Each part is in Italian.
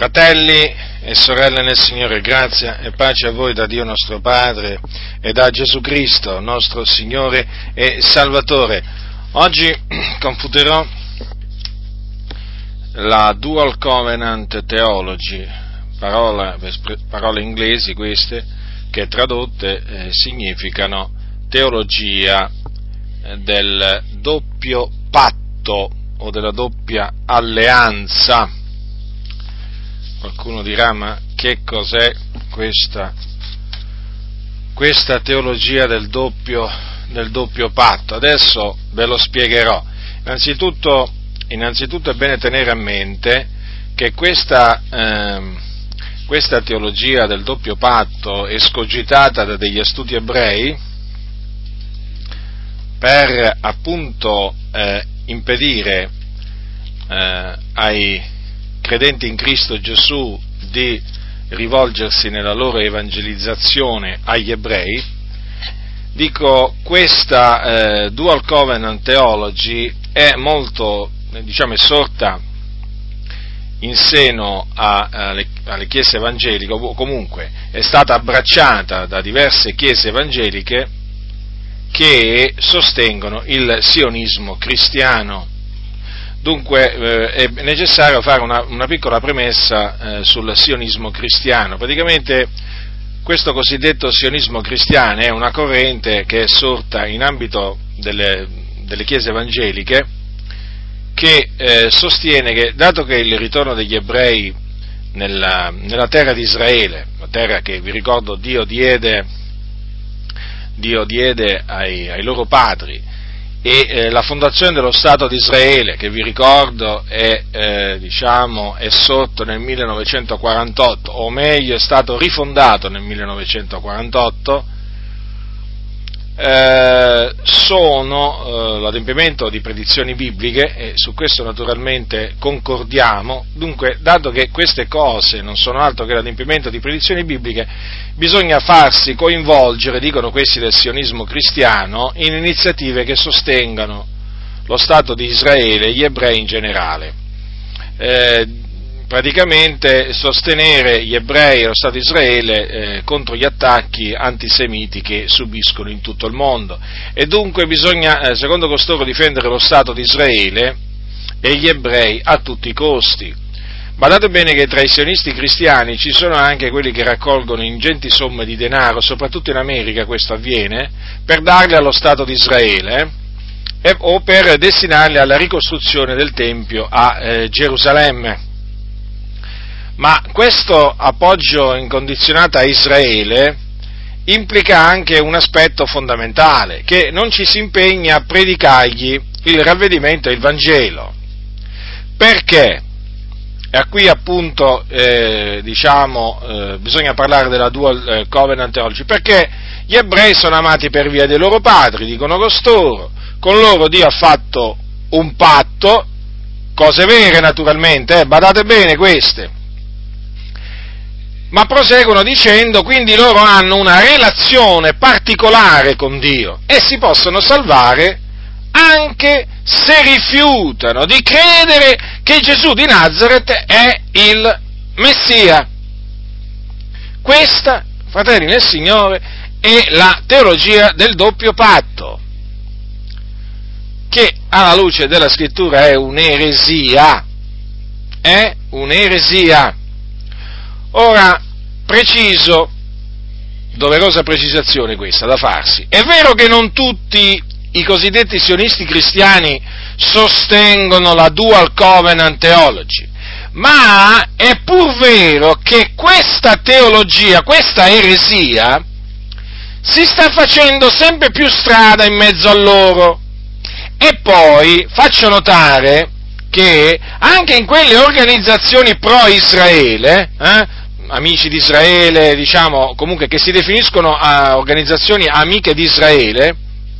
Fratelli e sorelle nel Signore, grazia e pace a voi da Dio nostro Padre e da Gesù Cristo, nostro Signore e Salvatore. Oggi confuterò la Dual Covenant Theology, parole inglesi queste, che tradotte significano teologia del doppio patto o della doppia alleanza. Qualcuno dirà: ma che cos'è questa teologia del doppio patto? Adesso ve lo spiegherò. Innanzitutto è bene tenere a mente che questa teologia del doppio patto, escogitata da degli astuti ebrei per appunto impedire ai credenti in Cristo Gesù di rivolgersi nella loro evangelizzazione agli ebrei, questa Dual Covenant Theology è molto, è sorta in seno alle chiese evangeliche, o comunque è stata abbracciata da diverse chiese evangeliche che sostengono il sionismo cristiano. Dunque è necessario fare una piccola premessa sul sionismo cristiano. Praticamente questo cosiddetto sionismo cristiano è una corrente che è sorta in ambito delle chiese evangeliche, che sostiene che, dato che il ritorno degli ebrei nella terra di Israele, la terra che, vi ricordo, Dio diede ai loro padri, e la fondazione dello Stato di Israele, che vi ricordo è sorto nel 1948, o meglio è stato rifondato nel 1948, sono l'adempimento di predizioni bibliche, e su questo naturalmente concordiamo. Dunque, dato che queste cose non sono altro che l'adempimento di predizioni bibliche, bisogna farsi coinvolgere, dicono questi del sionismo cristiano, in iniziative che sostengano lo Stato di Israele e gli ebrei in generale. Praticamente sostenere gli ebrei e lo Stato di Israele contro gli attacchi antisemiti che subiscono in tutto il mondo, e dunque bisogna, secondo costoro, difendere lo Stato di Israele e gli ebrei a tutti i costi. Badate bene che tra i sionisti cristiani ci sono anche quelli che raccolgono ingenti somme di denaro, soprattutto in America questo avviene, per darle allo Stato di Israele o per destinarli alla ricostruzione del Tempio a Gerusalemme. Ma questo appoggio incondizionato a Israele implica anche un aspetto fondamentale, che non ci si impegna a predicargli il ravvedimento e il Vangelo. Perché? E qui appunto bisogna parlare della Dual Covenant Theology, perché gli ebrei sono amati per via dei loro padri, dicono costoro, con loro Dio ha fatto un patto, cose vere naturalmente, badate bene queste. Ma proseguono dicendo: quindi loro hanno una relazione particolare con Dio e si possono salvare anche se rifiutano di credere che Gesù di Nazaret è il Messia. Questa, fratelli nel Signore, è la teologia del doppio patto, che alla luce della Scrittura è un'eresia. È un'eresia. Ora, doverosa precisazione questa da farsi. È vero che non tutti i cosiddetti sionisti cristiani sostengono la Dual Covenant Theology, ma è pur vero che questa teologia, questa eresia, si sta facendo sempre più strada in mezzo a loro. E poi faccio notare che anche in quelle organizzazioni pro-Israele, amici di Israele, comunque che si definiscono organizzazioni amiche di Israele,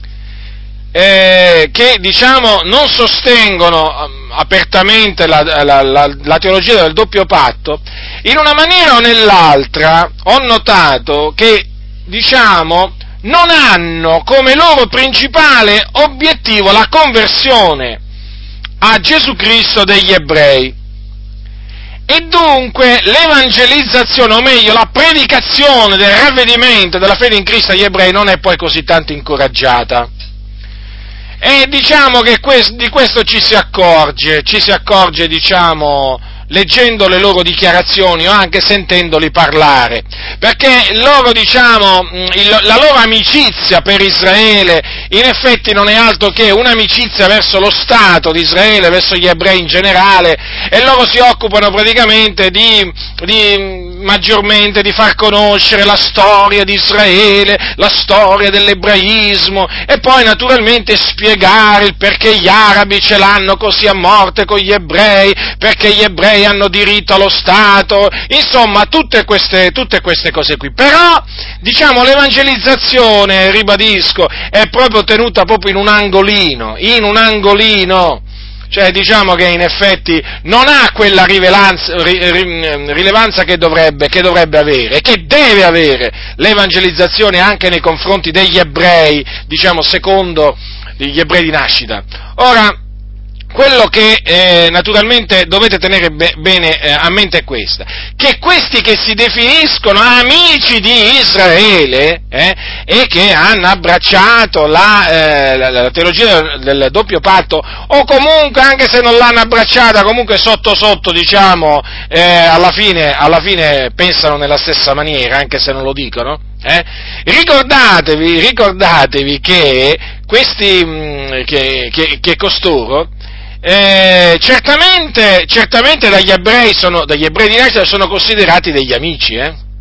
che non sostengono apertamente la teologia del doppio patto, in una maniera o nell'altra ho notato che non hanno come loro principale obiettivo la conversione a Gesù Cristo degli ebrei. E dunque l'evangelizzazione, o meglio la predicazione del ravvedimento della fede in Cristo agli ebrei non è poi così tanto incoraggiata. E diciamo che di questo ci si accorge, diciamo, leggendo le loro dichiarazioni o anche sentendoli parlare, perché loro, diciamo, la loro amicizia per Israele in effetti non è altro che un'amicizia verso lo Stato di Israele, verso gli ebrei in generale, e loro si occupano praticamente maggiormente di far conoscere la storia di Israele, la storia dell'ebraismo, e poi naturalmente spiegare il perché gli arabi ce l'hanno così a morte con gli ebrei, perché gli ebrei hanno diritto allo Stato, insomma tutte queste cose qui. Però, diciamo, l'evangelizzazione, ribadisco, è proprio tenuta proprio in un angolino, cioè diciamo che in effetti non ha quella rilevanza che dovrebbe avere, che deve avere l'evangelizzazione anche nei confronti degli ebrei, diciamo secondo gli ebrei di nascita. Ora, quello che naturalmente dovete tenere bene a mente è questa, che questi che si definiscono amici di Israele e che hanno abbracciato la teologia del doppio patto, o comunque anche se non l'hanno abbracciata, comunque sotto diciamo alla fine pensano nella stessa maniera, anche se non lo dicono. Ricordatevi che questi che costoro certamente dagli ebrei di nascita sono considerati degli amici,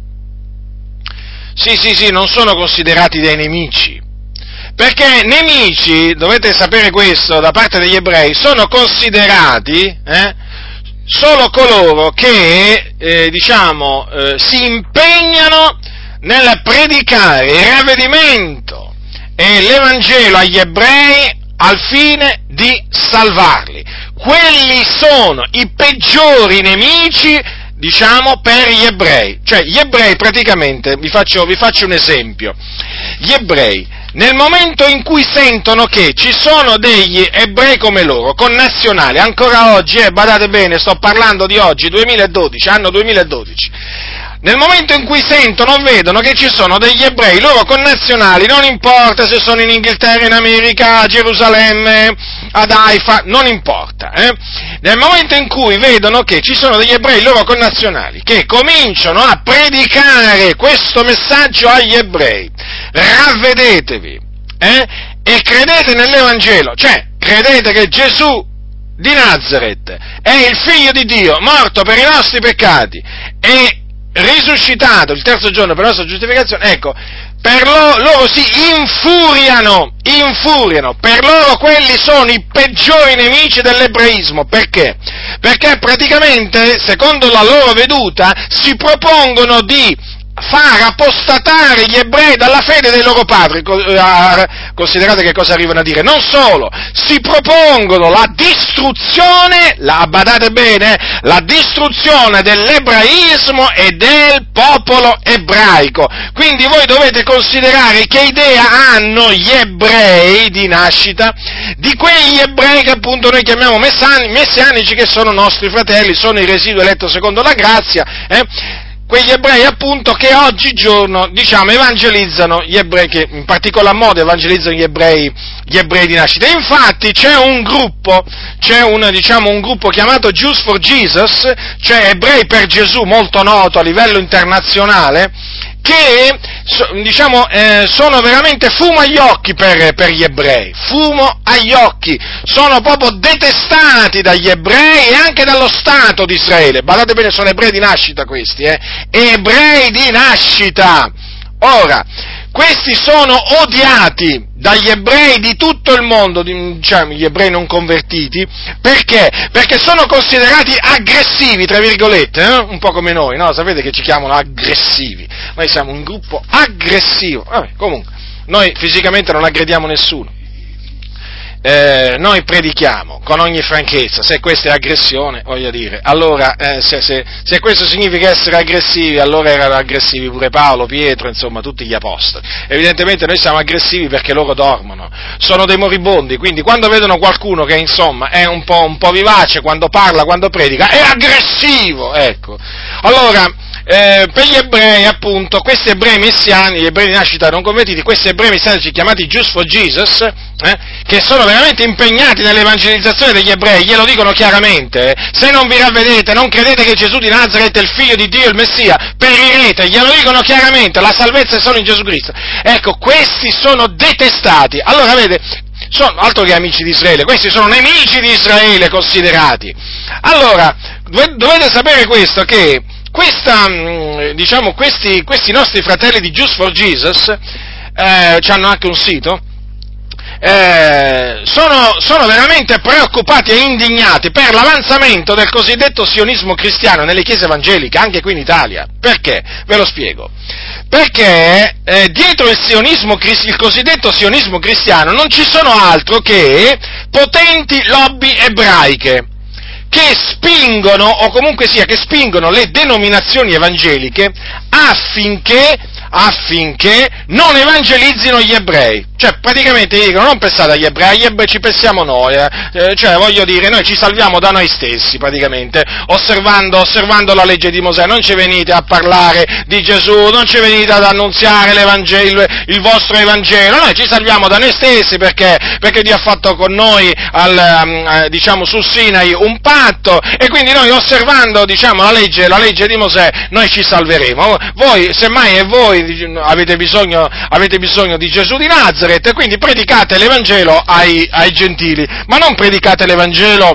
Sì, non sono considerati dei nemici, perché nemici, dovete sapere questo, da parte degli ebrei, sono considerati, solo coloro che, si impegnano nel predicare il ravvedimento e l'Evangelo agli ebrei al fine di salvarli. Quelli sono i peggiori nemici, diciamo, per gli ebrei. Cioè, gli ebrei praticamente, vi faccio un esempio. Gli ebrei, nel momento in cui sentono che ci sono degli ebrei come loro, connazionali, ancora oggi, badate bene, sto parlando di oggi, 2012, anno 2012, nel momento in cui sentono o vedono che ci sono degli ebrei loro connazionali, non importa se sono in Inghilterra, in America, a Gerusalemme, ad Haifa, non importa, nel momento in cui vedono che ci sono degli ebrei loro connazionali che cominciano a predicare questo messaggio agli ebrei, ravvedetevi, e credete nell'Evangelo, cioè credete che Gesù di Nazaret è il Figlio di Dio, morto per i nostri peccati e risuscitato il terzo giorno per la nostra giustificazione, ecco, per loro si infuriano, per loro quelli sono i peggiori nemici dell'ebraismo. Perché? Perché praticamente, secondo la loro veduta, si propongono di far apostatare gli ebrei dalla fede dei loro padri. Considerate che cosa arrivano a dire. Non solo, si propongono la distruzione, badate bene, la distruzione dell'ebraismo e del popolo ebraico. Quindi voi dovete considerare che idea hanno gli ebrei di nascita di quegli ebrei che appunto noi chiamiamo messianici, che sono nostri fratelli, sono il residuo eletto secondo la grazia, quegli ebrei appunto che oggigiorno, diciamo, evangelizzano gli ebrei, che in particolar modo evangelizzano gli ebrei di nascita. Infatti c'è un gruppo chiamato Jews for Jesus, cioè ebrei per Gesù, molto noto a livello internazionale, che sono veramente fumo agli occhi per gli ebrei, fumo agli occhi, sono proprio detestati dagli ebrei e anche dallo Stato di Israele. Badate bene, sono ebrei di nascita questi, ebrei di nascita. Ora, questi sono odiati dagli ebrei di tutto il mondo, diciamo gli ebrei non convertiti, perché? Perché sono considerati aggressivi, tra virgolette, un po' come noi, no? Sapete che ci chiamano aggressivi, noi siamo un gruppo aggressivo, vabbè, comunque, noi fisicamente non aggrediamo nessuno. noi predichiamo con ogni franchezza. Se questa è aggressione, voglio dire, allora se questo significa essere aggressivi, allora erano aggressivi pure Paolo, Pietro, insomma tutti gli apostoli. Evidentemente noi siamo aggressivi perché loro dormono, sono dei moribondi, quindi quando vedono qualcuno che insomma è un po' vivace, quando parla, quando predica, è aggressivo, ecco. Allora, per gli ebrei, appunto, questi ebrei messiani, gli ebrei di nascita non convertiti, questi ebrei messianici chiamati Jews for Jesus, che sono veramente impegnati nell'evangelizzazione degli ebrei, glielo dicono chiaramente, se non vi ravvedete, non credete che Gesù di Nazaret è il figlio di Dio, il Messia, perirete, glielo dicono chiaramente, la salvezza è solo in Gesù Cristo. Ecco, questi sono detestati. Allora, vede, sono altro che amici di Israele, questi sono nemici di Israele considerati. Allora, dovete sapere questo, che questi nostri fratelli di Jews for Jesus hanno anche un sito, sono veramente preoccupati e indignati per l'avanzamento del cosiddetto sionismo cristiano nelle chiese evangeliche, anche qui in Italia. Perché? Ve lo spiego. Perché dietro il cosiddetto sionismo cristiano non ci sono altro che potenti lobby ebraiche, che spingono, o comunque sia, che spingono le denominazioni evangeliche affinché non evangelizzino gli ebrei. Cioè, praticamente dicono, non pensate agli ebrei ci pensiamo noi, cioè, voglio dire, noi ci salviamo da noi stessi, praticamente, osservando la legge di Mosè, non ci venite a parlare di Gesù, non ci venite ad annunziare l'Evangelo, il vostro Evangelo, noi ci salviamo da noi stessi, perché Dio ha fatto con noi, sul Sinai, un patto, e quindi noi osservando, la legge di Mosè, noi ci salveremo. Voi, semmai, avete bisogno di Gesù di Nazaret, e quindi predicate l'Evangelo ai gentili, ma non predicate l'Evangelo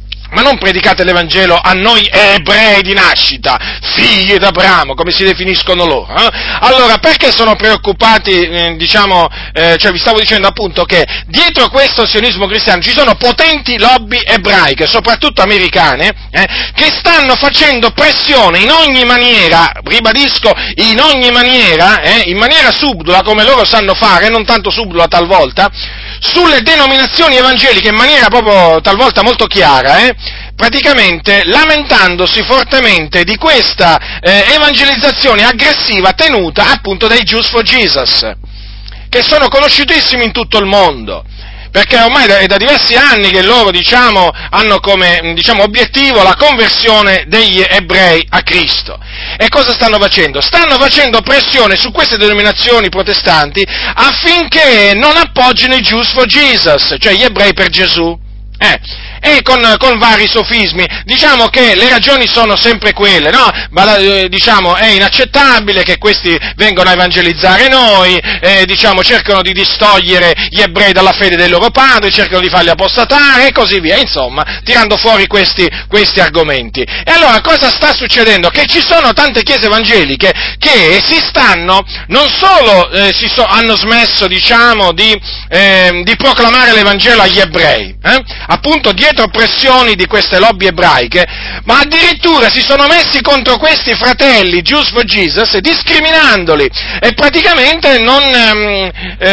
a noi ebrei di nascita, figli d'Abramo, come si definiscono loro. Allora, perché sono preoccupati, vi stavo dicendo appunto che dietro questo sionismo cristiano ci sono potenti lobby ebraiche, soprattutto americane, che stanno facendo pressione in ogni maniera, ribadisco, in maniera subdola, come loro sanno fare, non tanto subdola talvolta, sulle denominazioni evangeliche in maniera proprio talvolta molto chiara, praticamente lamentandosi fortemente di questa evangelizzazione aggressiva tenuta appunto dai Jews for Jesus, che sono conosciutissimi in tutto il mondo, perché ormai è da diversi anni che loro, hanno come, obiettivo la conversione degli ebrei a Cristo. E cosa stanno facendo? Stanno facendo pressione su queste denominazioni protestanti affinché non appoggino i Jews for Jesus, cioè gli ebrei per Gesù. E con vari sofismi, diciamo che le ragioni sono sempre quelle, no? Ma è inaccettabile che questi vengano a evangelizzare noi, cercano di distogliere gli ebrei dalla fede dei loro padri, cercano di farli apostatare e così via, insomma, tirando fuori questi argomenti. E allora cosa sta succedendo? Che ci sono tante chiese evangeliche che non solo hanno smesso, di proclamare l'Evangelo agli ebrei, appunto dietro pressioni di queste lobby ebraiche, ma addirittura si sono messi contro questi fratelli Jews for Jesus, discriminandoli e praticamente non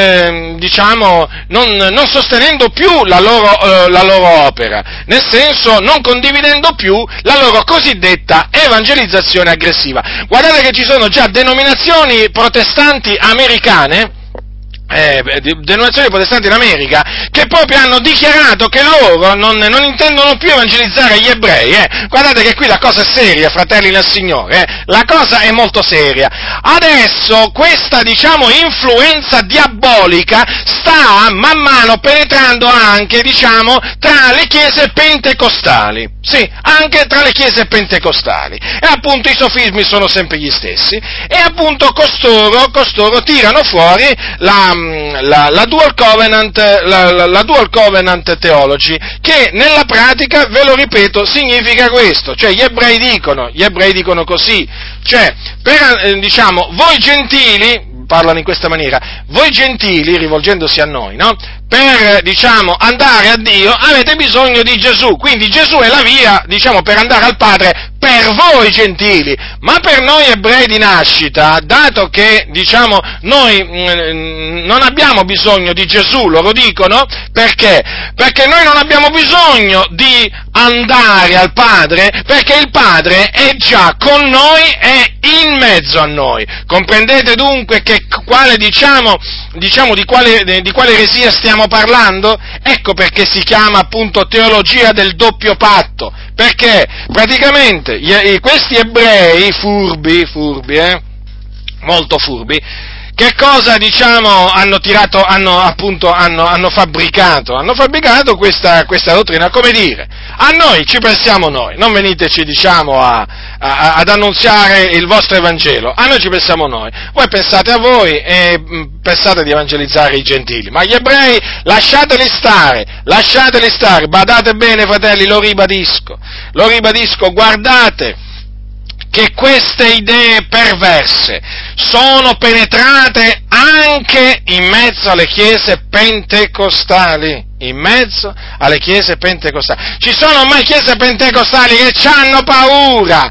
sostenendo più la loro opera, nel senso non condividendo più la loro cosiddetta evangelizzazione aggressiva. Guardate che ci sono già denominazioni protestanti americane, denominazioni protestanti in America, che proprio hanno dichiarato che loro non intendono più evangelizzare gli ebrei. Guardate che qui la cosa è seria, fratelli nel Signore, la cosa è molto seria. Adesso questa, influenza diabolica sta man mano penetrando anche, tra le chiese pentecostali. Sì, anche tra le chiese pentecostali. E appunto i sofismi sono sempre gli stessi, e appunto costoro tirano fuori la dual covenant theology, che nella pratica, ve lo ripeto, significa questo, cioè gli ebrei dicono così, cioè, voi gentili, parlano in questa maniera, voi gentili, rivolgendosi a noi, no? Per, andare a Dio avete bisogno di Gesù, quindi Gesù è la via, per andare al Padre per voi gentili, ma per noi ebrei di nascita, dato che, noi non abbiamo bisogno di Gesù, loro dicono, perché? Perché noi non abbiamo bisogno di andare al Padre, perché il Padre è già con noi e in mezzo a noi. Comprendete dunque che di quale eresia stiamo parlando? Ecco perché si chiama appunto teologia del doppio patto, perché praticamente questi ebrei furbi, molto furbi, che cosa hanno fabbricato? Hanno fabbricato questa dottrina, come dire, a noi ci pensiamo noi, non veniteci ad annunziare il vostro Evangelo, a noi ci pensiamo noi, voi pensate a voi e pensate di evangelizzare i gentili, ma gli ebrei lasciateli stare, badate bene fratelli, lo ribadisco, guardate che queste idee perverse sono penetrate anche in mezzo alle chiese pentecostali. Ci sono ormai chiese pentecostali che c'hanno paura,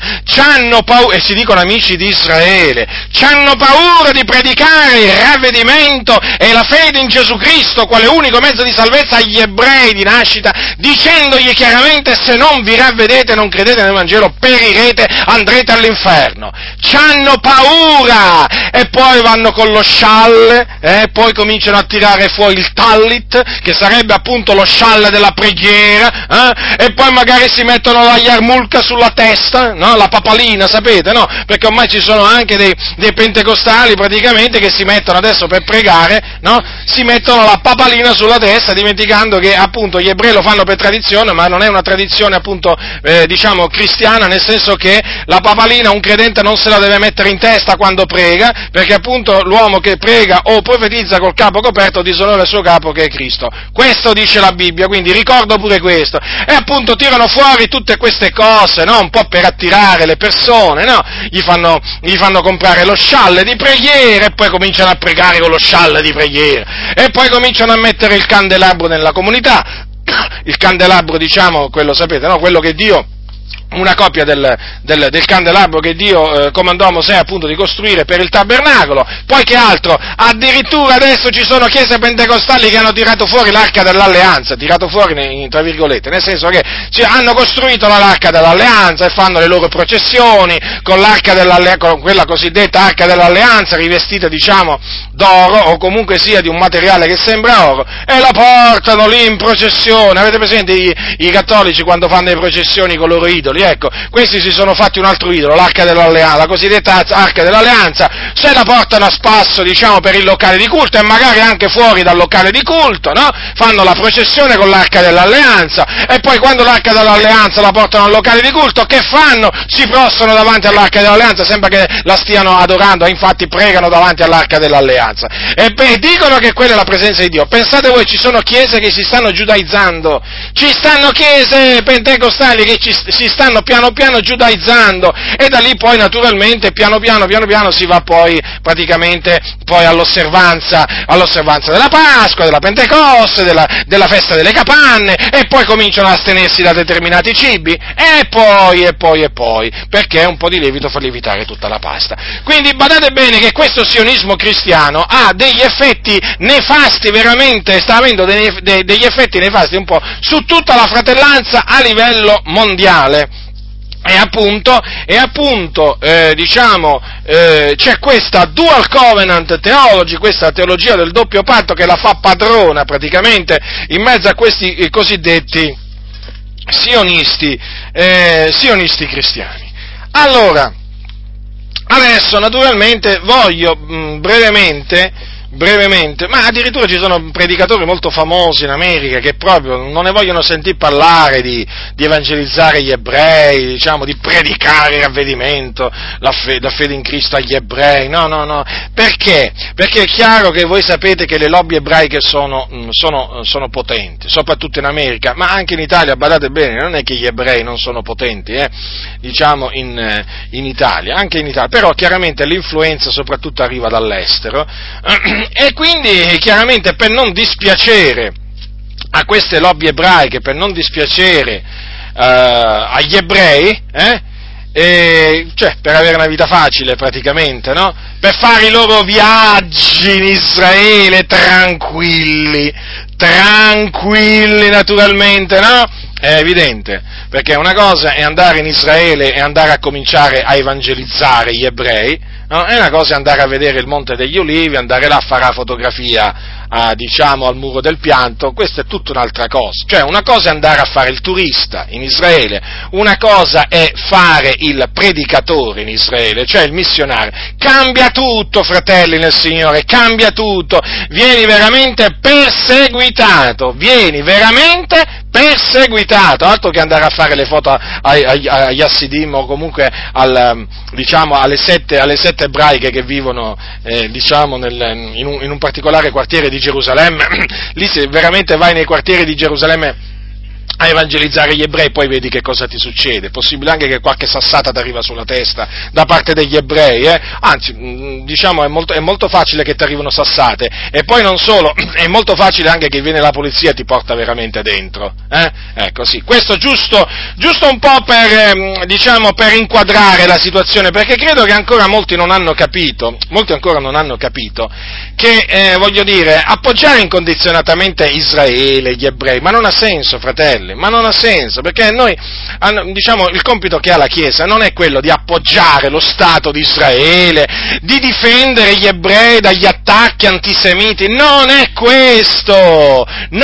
e si dicono amici di Israele, c'hanno paura di predicare il ravvedimento e la fede in Gesù Cristo quale unico mezzo di salvezza agli ebrei di nascita, dicendogli chiaramente: se non vi ravvedete, non credete nel Vangelo, perirete, andrete all'inferno. C'hanno paura! E poi vanno con lo scialle, poi cominciano a tirare fuori il tallit, che sarebbe appunto lo scialle della preghiera, e poi magari si mettono la yarmulka sulla testa, no? La papalina, sapete, no? Perché ormai ci sono anche dei pentecostali praticamente che si mettono adesso per pregare, no? Si mettono la papalina sulla testa, dimenticando che appunto gli ebrei lo fanno per tradizione, ma non è una tradizione appunto cristiana, nel senso che la papalina un credente non se la deve mettere in testa quando prega, perché appunto l'uomo che prega o profetizza col capo coperto disonora il suo capo, che è Cristo. Questo dice la Bibbia, quindi ricordo pure questo. E appunto tirano fuori tutte queste cose, no? Un po' per attirare le persone, no? Gli fanno comprare lo scialle di preghiera e poi cominciano a pregare con lo scialle di preghiera. E poi cominciano a mettere il candelabro nella comunità. Il candelabro, quello sapete, no? Quello che Dio, una copia del candelabro che Dio comandò a Mosè appunto di costruire per il tabernacolo. Poi che altro? Addirittura adesso ci sono chiese pentecostali che hanno tirato fuori l'arca dell'alleanza, tra virgolette, nel senso che hanno costruito l'arca dell'alleanza e fanno le loro processioni con con quella cosiddetta arca dell'alleanza rivestita d'oro, o comunque sia di un materiale che sembra oro, e la portano lì in processione. Avete presente i cattolici quando fanno le processioni con i loro idoli? Ecco, questi si sono fatti un altro idolo, l'arca dell'alleanza, la cosiddetta arca dell'alleanza, se la portano a spasso, per il locale di culto, e magari anche fuori dal locale di culto, no? Fanno la processione con l'arca dell'alleanza, e poi quando l'arca dell'alleanza la portano al locale di culto, che fanno? Si prostrano davanti all'arca dell'alleanza, sembra che la stiano adorando, e infatti pregano davanti all'arca dell'alleanza, e dicono che quella è la presenza di Dio. Pensate voi, ci sono chiese che si stanno giudaizzando, ci stanno chiese pentecostali che si stanno piano piano giudaizzando, e da lì poi naturalmente piano piano si va poi praticamente all'osservanza della Pasqua, della Pentecoste, della festa delle capanne, e poi cominciano a astenersi da determinati cibi, e poi, perché un po' di lievito fa lievitare tutta la pasta. Quindi badate bene che questo sionismo cristiano ha degli effetti nefasti, veramente sta avendo degli effetti nefasti un po' su tutta la fratellanza a livello mondiale. E appunto, c'è questa dual covenant theology, questa teologia del doppio patto, che la fa padrona praticamente in mezzo a questi cosiddetti sionisti cristiani. Allora, adesso naturalmente voglio brevemente, ma addirittura ci sono predicatori molto famosi in America che proprio non ne vogliono sentir parlare di evangelizzare gli ebrei, di predicare il ravvedimento, la fede in Cristo agli ebrei, no, perché? Perché è chiaro che voi sapete che le lobby ebraiche sono potenti, soprattutto in America, ma anche in Italia, badate bene, non è che gli ebrei non sono potenti, in Italia, anche in Italia, però chiaramente l'influenza soprattutto arriva dall'estero, e quindi chiaramente per non dispiacere a queste lobby ebraiche, per non dispiacere agli ebrei, cioè per avere una vita facile praticamente, no? Per fare i loro viaggi in Israele tranquilli naturalmente, no? È evidente, perché una cosa è andare in Israele e andare a cominciare a evangelizzare gli ebrei, no? E una cosa è andare a vedere il Monte degli Ulivi, andare là a fare la fotografia, diciamo, al muro del pianto. Questa è tutta un'altra cosa. Cioè, una cosa è andare a fare il turista in Israele, una cosa è fare il predicatore in Israele, cioè il missionario. Cambia tutto, fratelli nel Signore, cambia tutto. Vieni veramente perseguitato, altro che andare a fare le foto agli Assidim o comunque alle sette ebraiche che vivono in un particolare quartiere di Gerusalemme. Lì se veramente vai nei quartieri di Gerusalemme a evangelizzare gli ebrei, poi vedi che cosa ti succede. È possibile anche che qualche sassata ti arriva sulla testa da parte degli ebrei, anzi, diciamo, è molto facile che ti arrivino sassate, e poi non solo, è molto facile anche che viene la polizia e ti porta veramente dentro, Ecco, sì, questo giusto un po' per inquadrare la situazione, perché credo che ancora molti ancora non hanno capito che, voglio dire, appoggiare incondizionatamente Israele, gli ebrei, ma non ha senso, fratelli. Ma non ha senso, perché noi, diciamo, il compito che ha la Chiesa non è quello di appoggiare lo Stato di Israele, di difendere gli ebrei dagli attacchi antisemiti, non è questo,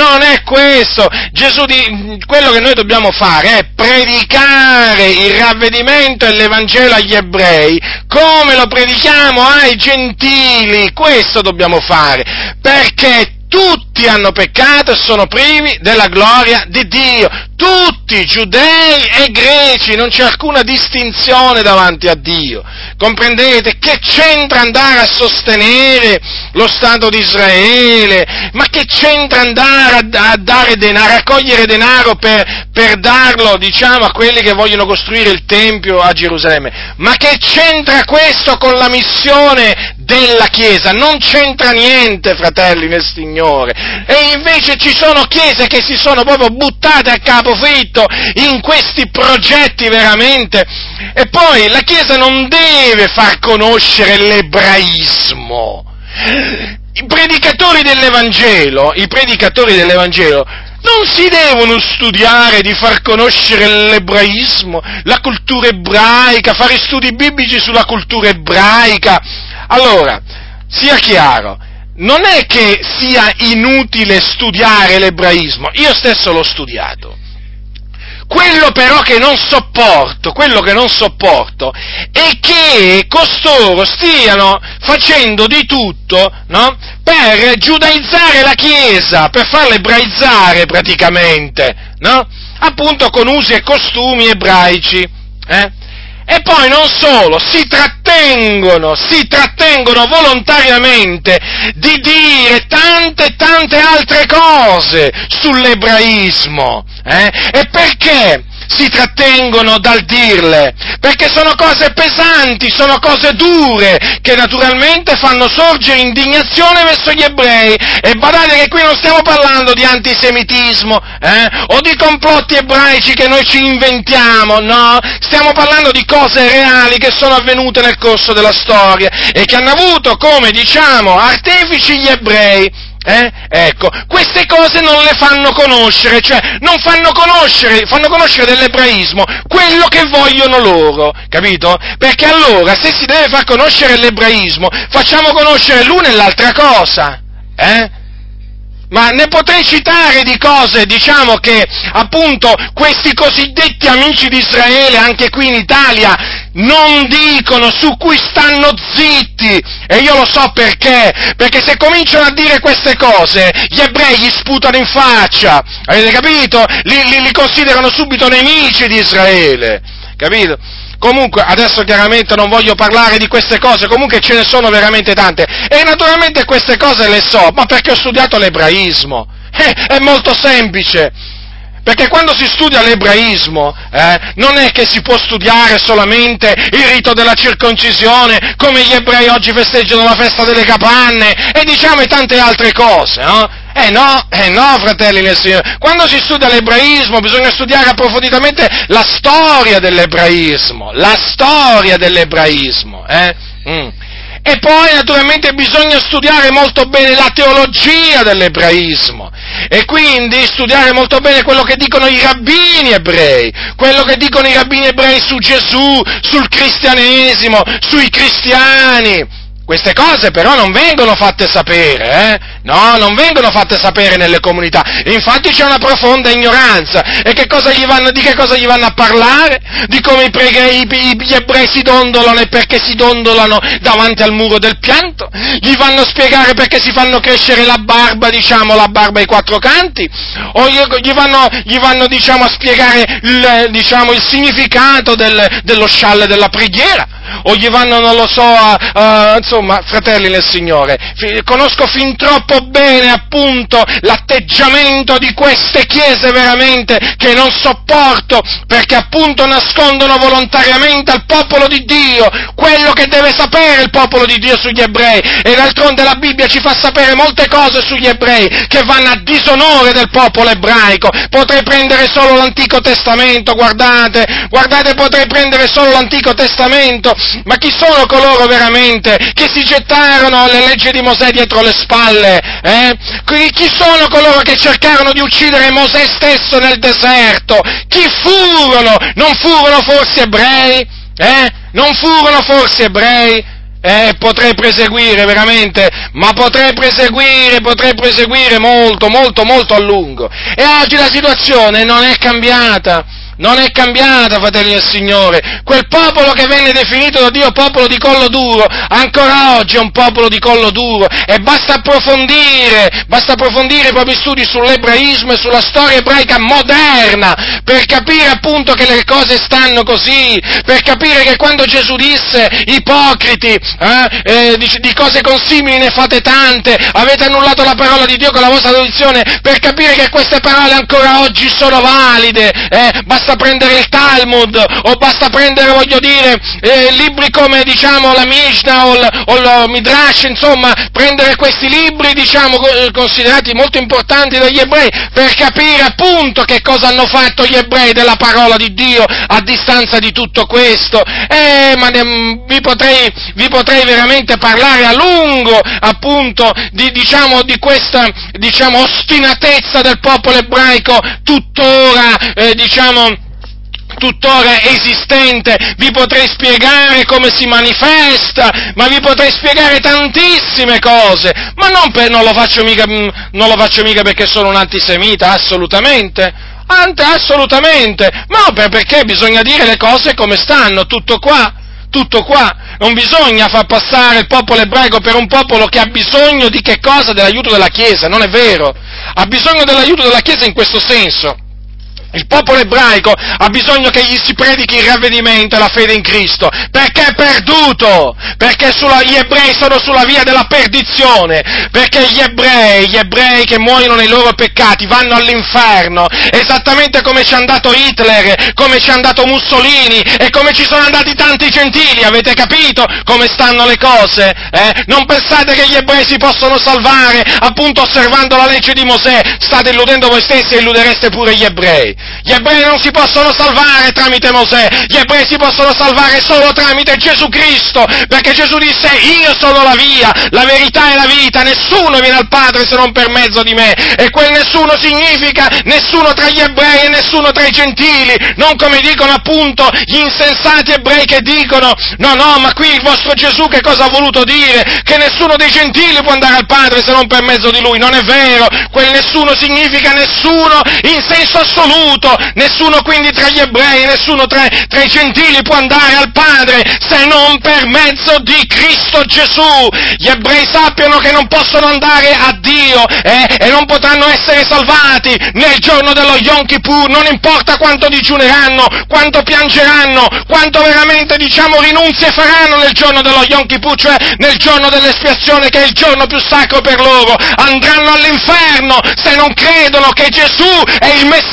quello che noi dobbiamo fare è predicare il ravvedimento e l'Evangelo agli ebrei, come lo predichiamo ai gentili, questo dobbiamo fare, perché tutti hanno peccato e sono privi della gloria di Dio, tutti, giudei e greci, non c'è alcuna distinzione davanti a Dio, comprendete? Che c'entra andare a sostenere lo Stato di Israele? Ma che c'entra andare a dare denaro, a raccogliere denaro per darlo, diciamo, a quelli che vogliono costruire il Tempio a Gerusalemme? Ma che c'entra questo con la missione della Chiesa? Non c'entra niente, fratelli nel Signore, e invece ci sono chiese che si sono proprio buttate a capofitto in questi progetti veramente, e poi la Chiesa non deve far conoscere l'ebraismo. I predicatori dell'Evangelo non si devono studiare di far conoscere l'ebraismo, la cultura ebraica, fare studi biblici sulla cultura ebraica. Allora, sia chiaro, non è che sia inutile studiare l'ebraismo, io stesso l'ho studiato. Quello però che non sopporto è che costoro stiano facendo di tutto, no? Per giudaizzare la Chiesa, per farla ebraizzare praticamente, no? Appunto con usi e costumi ebraici, E poi non solo, si trattengono volontariamente di dire tante altre cose sull'ebraismo, E perché si trattengono dal dirle? Perché sono cose pesanti, sono cose dure, che naturalmente fanno sorgere indignazione verso gli ebrei, e badate che qui non stiamo parlando di antisemitismo, o di complotti ebraici che noi ci inventiamo, no, stiamo parlando di cose reali che sono avvenute nel corso della storia, e che hanno avuto come, diciamo, artefici gli ebrei. Ecco, queste cose non le fanno conoscere, cioè fanno conoscere dell'ebraismo quello che vogliono loro, capito? Perché allora, se si deve far conoscere l'ebraismo, facciamo conoscere l'una e l'altra cosa, Ma ne potrei citare di cose, diciamo, che appunto questi cosiddetti amici di Israele, anche qui in Italia, non dicono, su cui stanno zitti, e io lo so perché se cominciano a dire queste cose, gli ebrei gli sputano in faccia, avete capito? Li considerano subito nemici di Israele, capito? Comunque, adesso chiaramente non voglio parlare di queste cose, comunque ce ne sono veramente tante, e naturalmente queste cose le so, ma perché ho studiato l'ebraismo, è molto semplice, perché quando si studia l'ebraismo, non è che si può studiare solamente il rito della circoncisione, come gli ebrei oggi festeggiano la festa delle capanne, e diciamo e tante altre cose, no? No, fratelli nel Signore. Quando si studia l'ebraismo bisogna studiare approfonditamente la storia dell'ebraismo. E poi naturalmente bisogna studiare molto bene la teologia dell'ebraismo e quindi studiare molto bene quello che dicono i rabbini ebrei, quello che dicono i rabbini ebrei su Gesù, sul cristianesimo, sui cristiani. Queste cose però non vengono fatte sapere, No, non vengono fatte sapere nelle comunità. Infatti c'è una profonda ignoranza. E di che cosa gli vanno a parlare? Di come gli ebrei si dondolano e perché si dondolano davanti al muro del pianto? Gli vanno a spiegare perché si fanno crescere la barba ai quattro canti? O gli vanno a spiegare il significato dello scialle della preghiera? O gli vanno, non lo so, insomma, fratelli nel Signore, conosco fin troppo bene, appunto, l'atteggiamento di queste chiese veramente che non sopporto, perché appunto nascondono volontariamente al popolo di Dio quello che deve sapere il popolo di Dio sugli ebrei, e d'altronde la Bibbia ci fa sapere molte cose sugli ebrei che vanno a disonore del popolo ebraico. Potrei prendere solo l'Antico Testamento, guardate, potrei prendere solo l'Antico Testamento. Ma chi sono coloro veramente che si gettarono le leggi di Mosè dietro le spalle? Chi sono coloro che cercarono di uccidere Mosè stesso nel deserto? Chi furono? Non furono forse ebrei? Non furono forse ebrei? Potrei proseguire veramente, ma potrei proseguire molto, molto, molto a lungo. E oggi la situazione non è cambiata, fratelli del Signore. Quel popolo che venne definito da Dio popolo di collo duro, ancora oggi è un popolo di collo duro, e basta approfondire i propri studi sull'ebraismo e sulla storia ebraica moderna, per capire appunto che le cose stanno così, per capire che quando Gesù disse, ipocriti, di cose consimili ne fate tante, avete annullato la parola di Dio con la vostra tradizione, per capire che queste parole ancora oggi sono valide, basta prendere il Talmud, o basta prendere, libri come, la Mishnah o il Midrash, insomma, prendere questi libri, considerati molto importanti dagli ebrei, per capire appunto che cosa hanno fatto gli ebrei della parola di Dio a distanza di tutto questo. Vi potrei veramente parlare a lungo, appunto, di questa, ostinatezza del popolo ebraico tuttora esistente. Vi potrei spiegare come si manifesta, ma vi potrei spiegare tantissime cose, ma non lo faccio mica perché sono un antisemita, assolutamente, ma perché bisogna dire le cose come stanno, tutto qua. Non bisogna far passare il popolo ebraico per un popolo che ha bisogno di che cosa? Dell'aiuto della Chiesa, non è vero? Ha bisogno dell'aiuto della Chiesa in questo senso. Il popolo ebraico ha bisogno che gli si predichi il ravvedimento e la fede in Cristo, perché è perduto, perché gli ebrei sono sulla via della perdizione, perché gli ebrei che muoiono nei loro peccati vanno all'inferno, esattamente come ci è andato Hitler, come ci è andato Mussolini e come ci sono andati tanti gentili. Avete capito come stanno le cose? Non pensate che gli ebrei si possono salvare appunto osservando la legge di Mosè? State illudendo voi stessi e illudereste pure gli ebrei. Gli ebrei non si possono salvare tramite Mosè, gli ebrei si possono salvare solo tramite Gesù Cristo, perché Gesù disse: io sono la via, la verità e la vita, nessuno viene al Padre se non per mezzo di me. E quel nessuno significa nessuno tra gli ebrei e nessuno tra i gentili, non come dicono appunto gli insensati ebrei che dicono: no, ma qui il vostro Gesù che cosa ha voluto dire? Che nessuno dei gentili può andare al Padre se non per mezzo di Lui. Non è vero, quel nessuno significa nessuno in senso assoluto, nessuno quindi tra gli ebrei, nessuno tra i gentili può andare al Padre se non per mezzo di Cristo Gesù. Gli ebrei sappiano che non possono andare a Dio e non potranno essere salvati nel giorno dello Yom Kippur, non importa quanto digiuneranno, quanto piangeranno, quanto veramente rinunzie faranno nel giorno dello Yom Kippur, cioè nel giorno dell'espiazione, che è il giorno più sacro per loro. Andranno all'inferno se non credono che Gesù è il Messia,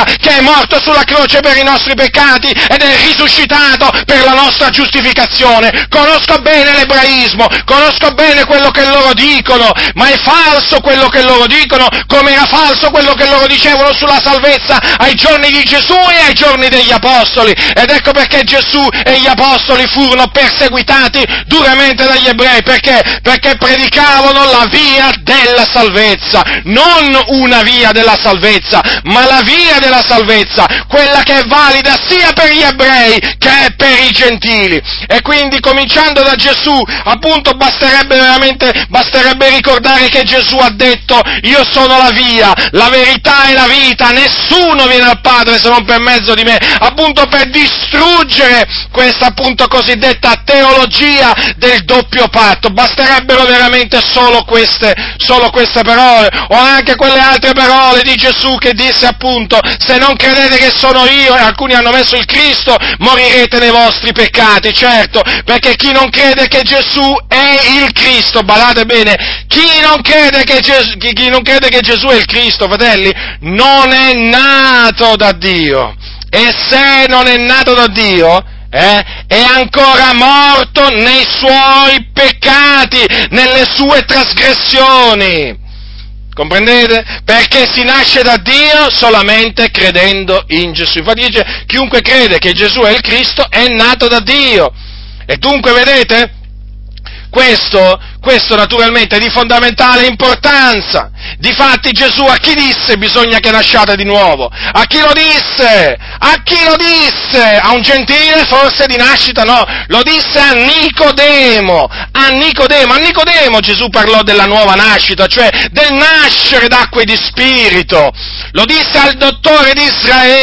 salvezza, che è morto sulla croce per i nostri peccati ed è risuscitato per la nostra giustificazione. Conosco bene l'ebraismo, conosco bene quello che loro dicono, ma è falso quello che loro dicono, come era falso quello che loro dicevano sulla salvezza ai giorni di Gesù e ai giorni degli Apostoli. Ed ecco perché Gesù e gli Apostoli furono perseguitati duramente dagli ebrei, perché predicavano la via della salvezza, non una via della salvezza, ma la via della salvezza, quella che è valida sia per gli ebrei che per i gentili. E quindi, cominciando da Gesù, appunto, basterebbe ricordare che Gesù ha detto: io sono la via, la verità e la vita, nessuno viene al Padre se non per mezzo di me, appunto per distruggere questa appunto cosiddetta teologia del doppio patto. Basterebbero veramente solo queste parole, o anche quelle altre parole di Gesù che disse appunto: se non credete che sono io, e alcuni hanno messo il Cristo, morirete nei vostri peccati. Certo, perché chi non crede che Gesù è il Cristo, badate bene, chi non crede che Gesù è il Cristo, fratelli, non è nato da Dio. E se non è nato da Dio, è ancora morto nei suoi peccati, nelle sue trasgressioni. Comprendete? Perché si nasce da Dio solamente credendo in Gesù. Infatti dice: chiunque crede che Gesù è il Cristo è nato da Dio. E dunque, vedete? Questo naturalmente è di fondamentale importanza. Difatti Gesù a chi disse bisogna che nasciate di nuovo? A chi lo disse? A chi lo disse? A un gentile forse di nascita? No, lo disse a Nicodemo. A Nicodemo Gesù parlò della nuova nascita, cioè del nascere d'acqua e di spirito. Lo disse al dottore di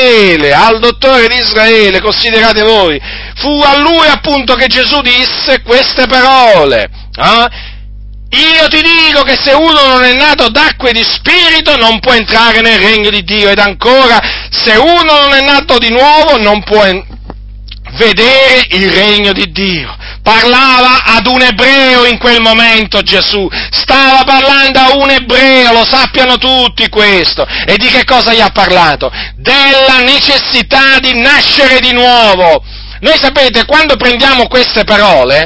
Israele, considerate voi. Fu a lui appunto che Gesù disse queste parole. Io ti dico che se uno non è nato d'acqua e di spirito non può entrare nel regno di Dio. Ed ancora, se uno non è nato di nuovo non può vedere il regno di Dio. Parlava ad un ebreo in quel momento Gesù, stava parlando a un ebreo, lo sappiano tutti questo. E di che cosa gli ha parlato? Della necessità di nascere di nuovo. Noi sapete, quando prendiamo queste parole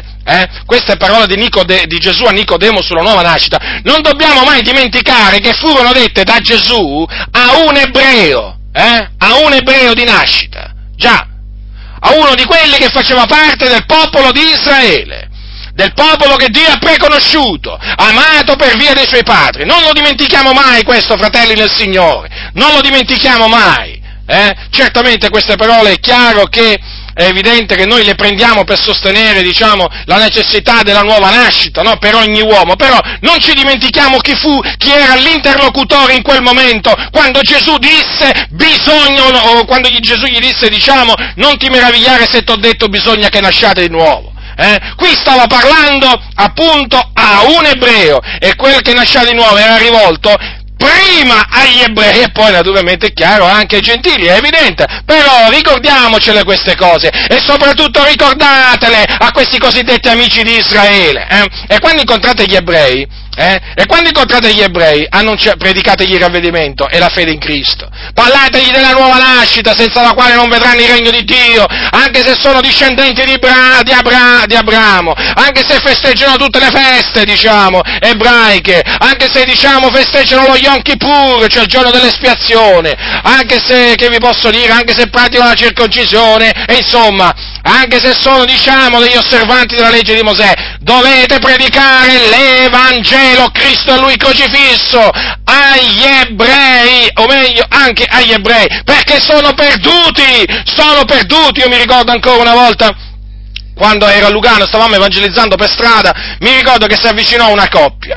di Gesù a Nicodemo sulla nuova nascita, non dobbiamo mai dimenticare che furono dette da Gesù a un ebreo di nascita, già, a uno di quelli che faceva parte del popolo di Israele, del popolo che Dio ha preconosciuto, amato per via dei suoi padri. Non lo dimentichiamo mai questo, fratelli nel Signore, non lo dimentichiamo mai. Certamente queste parole è chiaro che è evidente che noi le prendiamo per sostenere, la necessità della nuova nascita, no? Per ogni uomo, però non ci dimentichiamo chi era l'interlocutore in quel momento, quando Gesù disse quando Gesù gli disse, non ti meravigliare se t'ho detto bisogna che nasciate di nuovo. Qui stava parlando appunto a un ebreo, e quel che nasceva di nuovo era rivolto prima agli ebrei e poi naturalmente è chiaro anche ai gentili, è evidente, però ricordiamocele queste cose e soprattutto ricordatele a questi cosiddetti amici di Israele, e quando incontrate gli ebrei, predicategli il ravvedimento e la fede in Cristo, parlategli della nuova nascita senza la quale non vedranno il regno di Dio, anche se sono discendenti di Abramo, anche se festeggiano tutte le feste, ebraiche, anche se, festeggiano lo Yom Kippur, cioè il giorno dell'espiazione, anche se, che vi posso dire, anche se praticano la circoncisione, e insomma, anche se sono, degli osservanti della legge di Mosè, dovete predicare l'Evangelo, Cristo e Lui crocifisso, agli ebrei, o meglio, anche agli ebrei, perché sono perduti, io mi ricordo ancora una volta, quando ero a Lugano, stavamo evangelizzando per strada, mi ricordo che si avvicinò una coppia,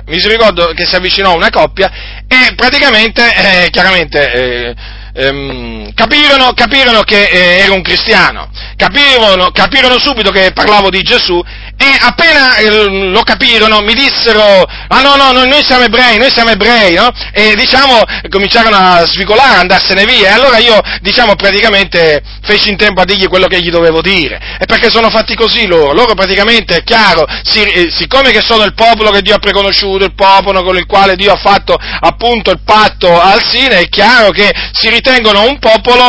e praticamente, capirono che ero un cristiano, capirono subito che parlavo di Gesù, e e appena lo capirono mi dissero, no, noi siamo ebrei, no? E cominciarono a svicolare, a andarsene via, e allora io, praticamente feci in tempo a dirgli quello che gli dovevo dire, e perché sono fatti così loro praticamente, è chiaro, siccome che sono il popolo che Dio ha preconosciuto, il popolo con il quale Dio ha fatto appunto il patto al Sinai, è chiaro che si ritengono un popolo,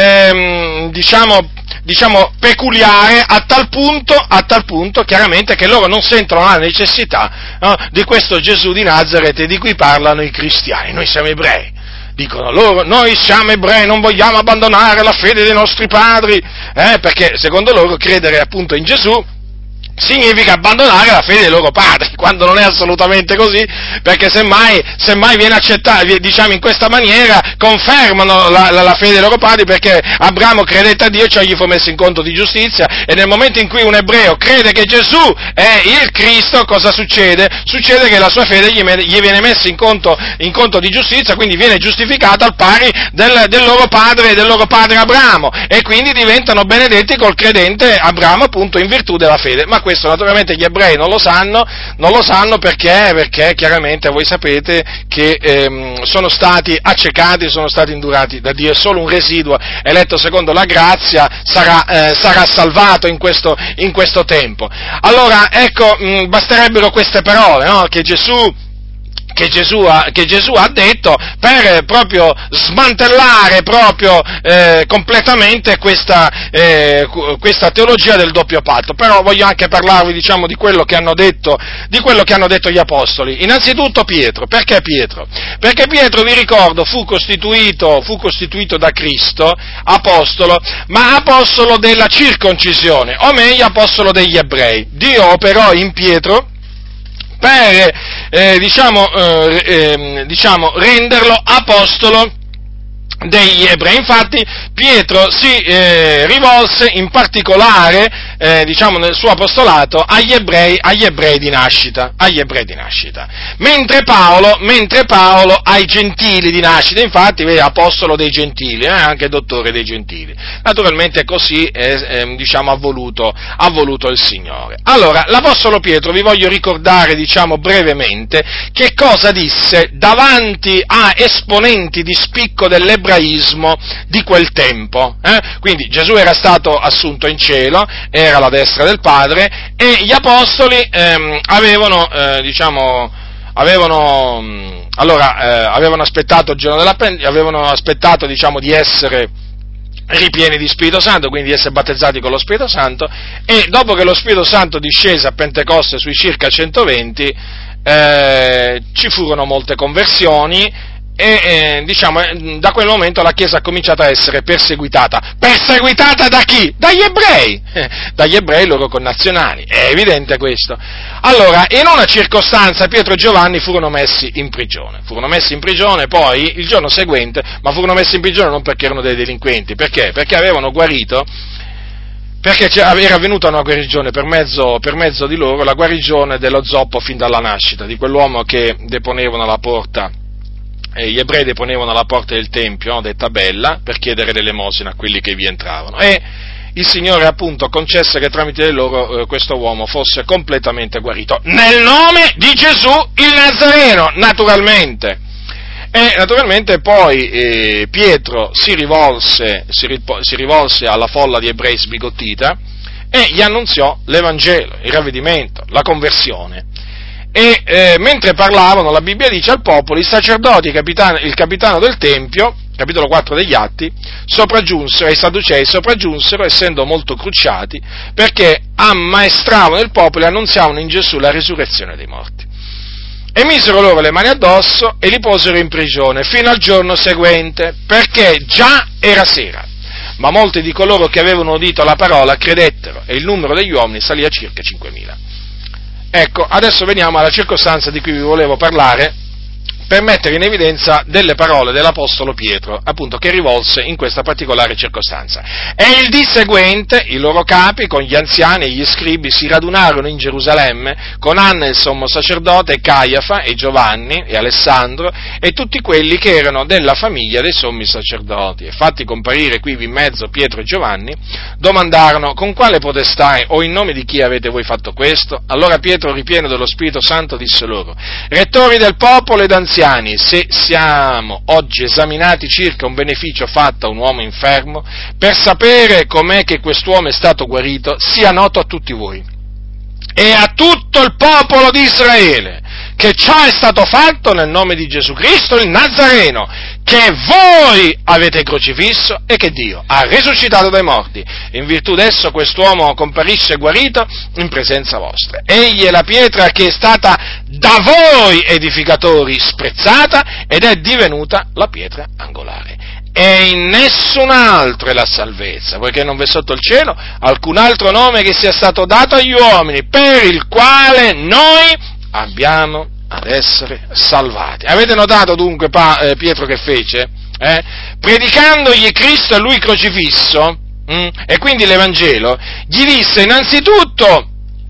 peculiare a tal punto chiaramente che loro non sentono la necessità, no, di questo Gesù di Nazaret di cui parlano i cristiani. Noi siamo ebrei. Dicono loro, noi siamo ebrei, non vogliamo abbandonare la fede dei nostri padri, perché secondo loro credere appunto in Gesù significa abbandonare la fede dei loro padri, quando non è assolutamente così, perché semmai viene accettato, in questa maniera confermano la fede dei loro padri, perché Abramo credette a Dio e ciò gli fu messo in conto di giustizia, e nel momento in cui un ebreo crede che Gesù è il Cristo, cosa succede? Succede che la sua fede gli viene messa in conto di giustizia, quindi viene giustificato al pari del loro padre Abramo, e quindi diventano benedetti col credente Abramo appunto in virtù della fede. Ma questo naturalmente gli ebrei non lo sanno perché chiaramente voi sapete che sono stati accecati, sono stati indurati da Dio, e solo un residuo eletto secondo la grazia sarà salvato in questo tempo. Allora, ecco, basterebbero queste parole, no? Che Gesù ha detto per proprio smantellare completamente questa teologia del doppio patto. Però voglio anche parlarvi, di quello che hanno detto gli apostoli. Innanzitutto Pietro. Perché Pietro? Perché Pietro, vi ricordo, fu costituito da Cristo apostolo, ma apostolo della circoncisione, o meglio apostolo degli ebrei. Dio operò in Pietro per renderlo apostolo degli ebrei. Infatti Pietro si rivolse in particolare nel suo apostolato agli ebrei di nascita, mentre Paolo ai gentili di nascita. Infatti vede, apostolo dei gentili, anche dottore dei gentili. Naturalmente così ha voluto il Signore. Allora, l'apostolo Pietro, vi voglio ricordare brevemente che cosa disse davanti a esponenti di spicco dell'ebraismo di quel tempo. Quindi Gesù era stato assunto in cielo, era alla destra del Padre, e gli apostoli avevano aspettato il giorno avevano aspettato di essere ripieni di Spirito Santo, quindi di essere battezzati con lo Spirito Santo, e dopo che lo Spirito Santo discese a Pentecoste sui circa 120, ci furono molte conversioni, e da quel momento la Chiesa ha cominciato a essere perseguitata. Perseguitata da chi? Dagli ebrei loro connazionali, è evidente questo. Allora, in una circostanza Pietro e Giovanni furono messi in prigione poi il giorno seguente, ma furono messi in prigione non perché erano dei delinquenti. Perché? Perché avevano guarito, perché era avvenuta una guarigione per mezzo di loro, la guarigione dello zoppo fin dalla nascita, di quell'uomo che deponevano alla porta. Gli ebrei deponevano alla porta del Tempio, detta Bella, per chiedere l'elemosina a quelli che vi entravano, e il Signore appunto concesse che tramite di loro questo uomo fosse completamente guarito, nel nome di Gesù il Nazareno, naturalmente. E naturalmente poi Pietro si rivolse alla folla di ebrei sbigottita e gli annunziò l'Evangelo, il ravvedimento, la conversione. E mentre parlavano, la Bibbia dice, al popolo, i sacerdoti, il capitano del Tempio, capitolo 4 degli Atti, i Sadducei sopraggiunsero, essendo molto crucciati, perché ammaestravano il popolo e annunziavano in Gesù la risurrezione dei morti. E misero loro le mani addosso e li posero in prigione fino al giorno seguente, perché già era sera. Ma molti di coloro che avevano udito la parola credettero, e il numero degli uomini salì a circa 5.000. Ecco, adesso veniamo alla circostanza di cui vi volevo parlare per mettere in evidenza delle parole dell'Apostolo Pietro, appunto, che rivolse in questa particolare circostanza. E il dì seguente i loro capi, con gli anziani e gli scribi, si radunarono in Gerusalemme con Anna il sommo sacerdote, Caiafa e Giovanni e Alessandro e tutti quelli che erano della famiglia dei sommi sacerdoti. E fatti comparire quivi in mezzo Pietro e Giovanni, domandarono: con quale potestà o in nome di chi avete voi fatto questo? Allora Pietro, ripieno dello Spirito Santo, disse loro: rettori del popolo ed anziani, se siamo oggi esaminati circa un beneficio fatto a un uomo infermo, per sapere com'è che quest'uomo è stato guarito, sia noto a tutti voi e a tutto il popolo di Israele che ciò è stato fatto nel nome di Gesù Cristo il Nazareno, che voi avete crocifisso e che Dio ha risuscitato dai morti. In virtù d'esso quest'uomo comparisce guarito in presenza vostra. Egli è la pietra che è stata da voi edificatori sprezzata ed è divenuta la pietra angolare. E in nessun altro è la salvezza, poiché non v'è sotto il cielo alcun altro nome che sia stato dato agli uomini, per il quale noi abbiamo ad essere salvati. Avete notato dunque Pietro che fece? Predicandogli Cristo e lui crocifisso, e quindi l'Evangelo, gli disse innanzitutto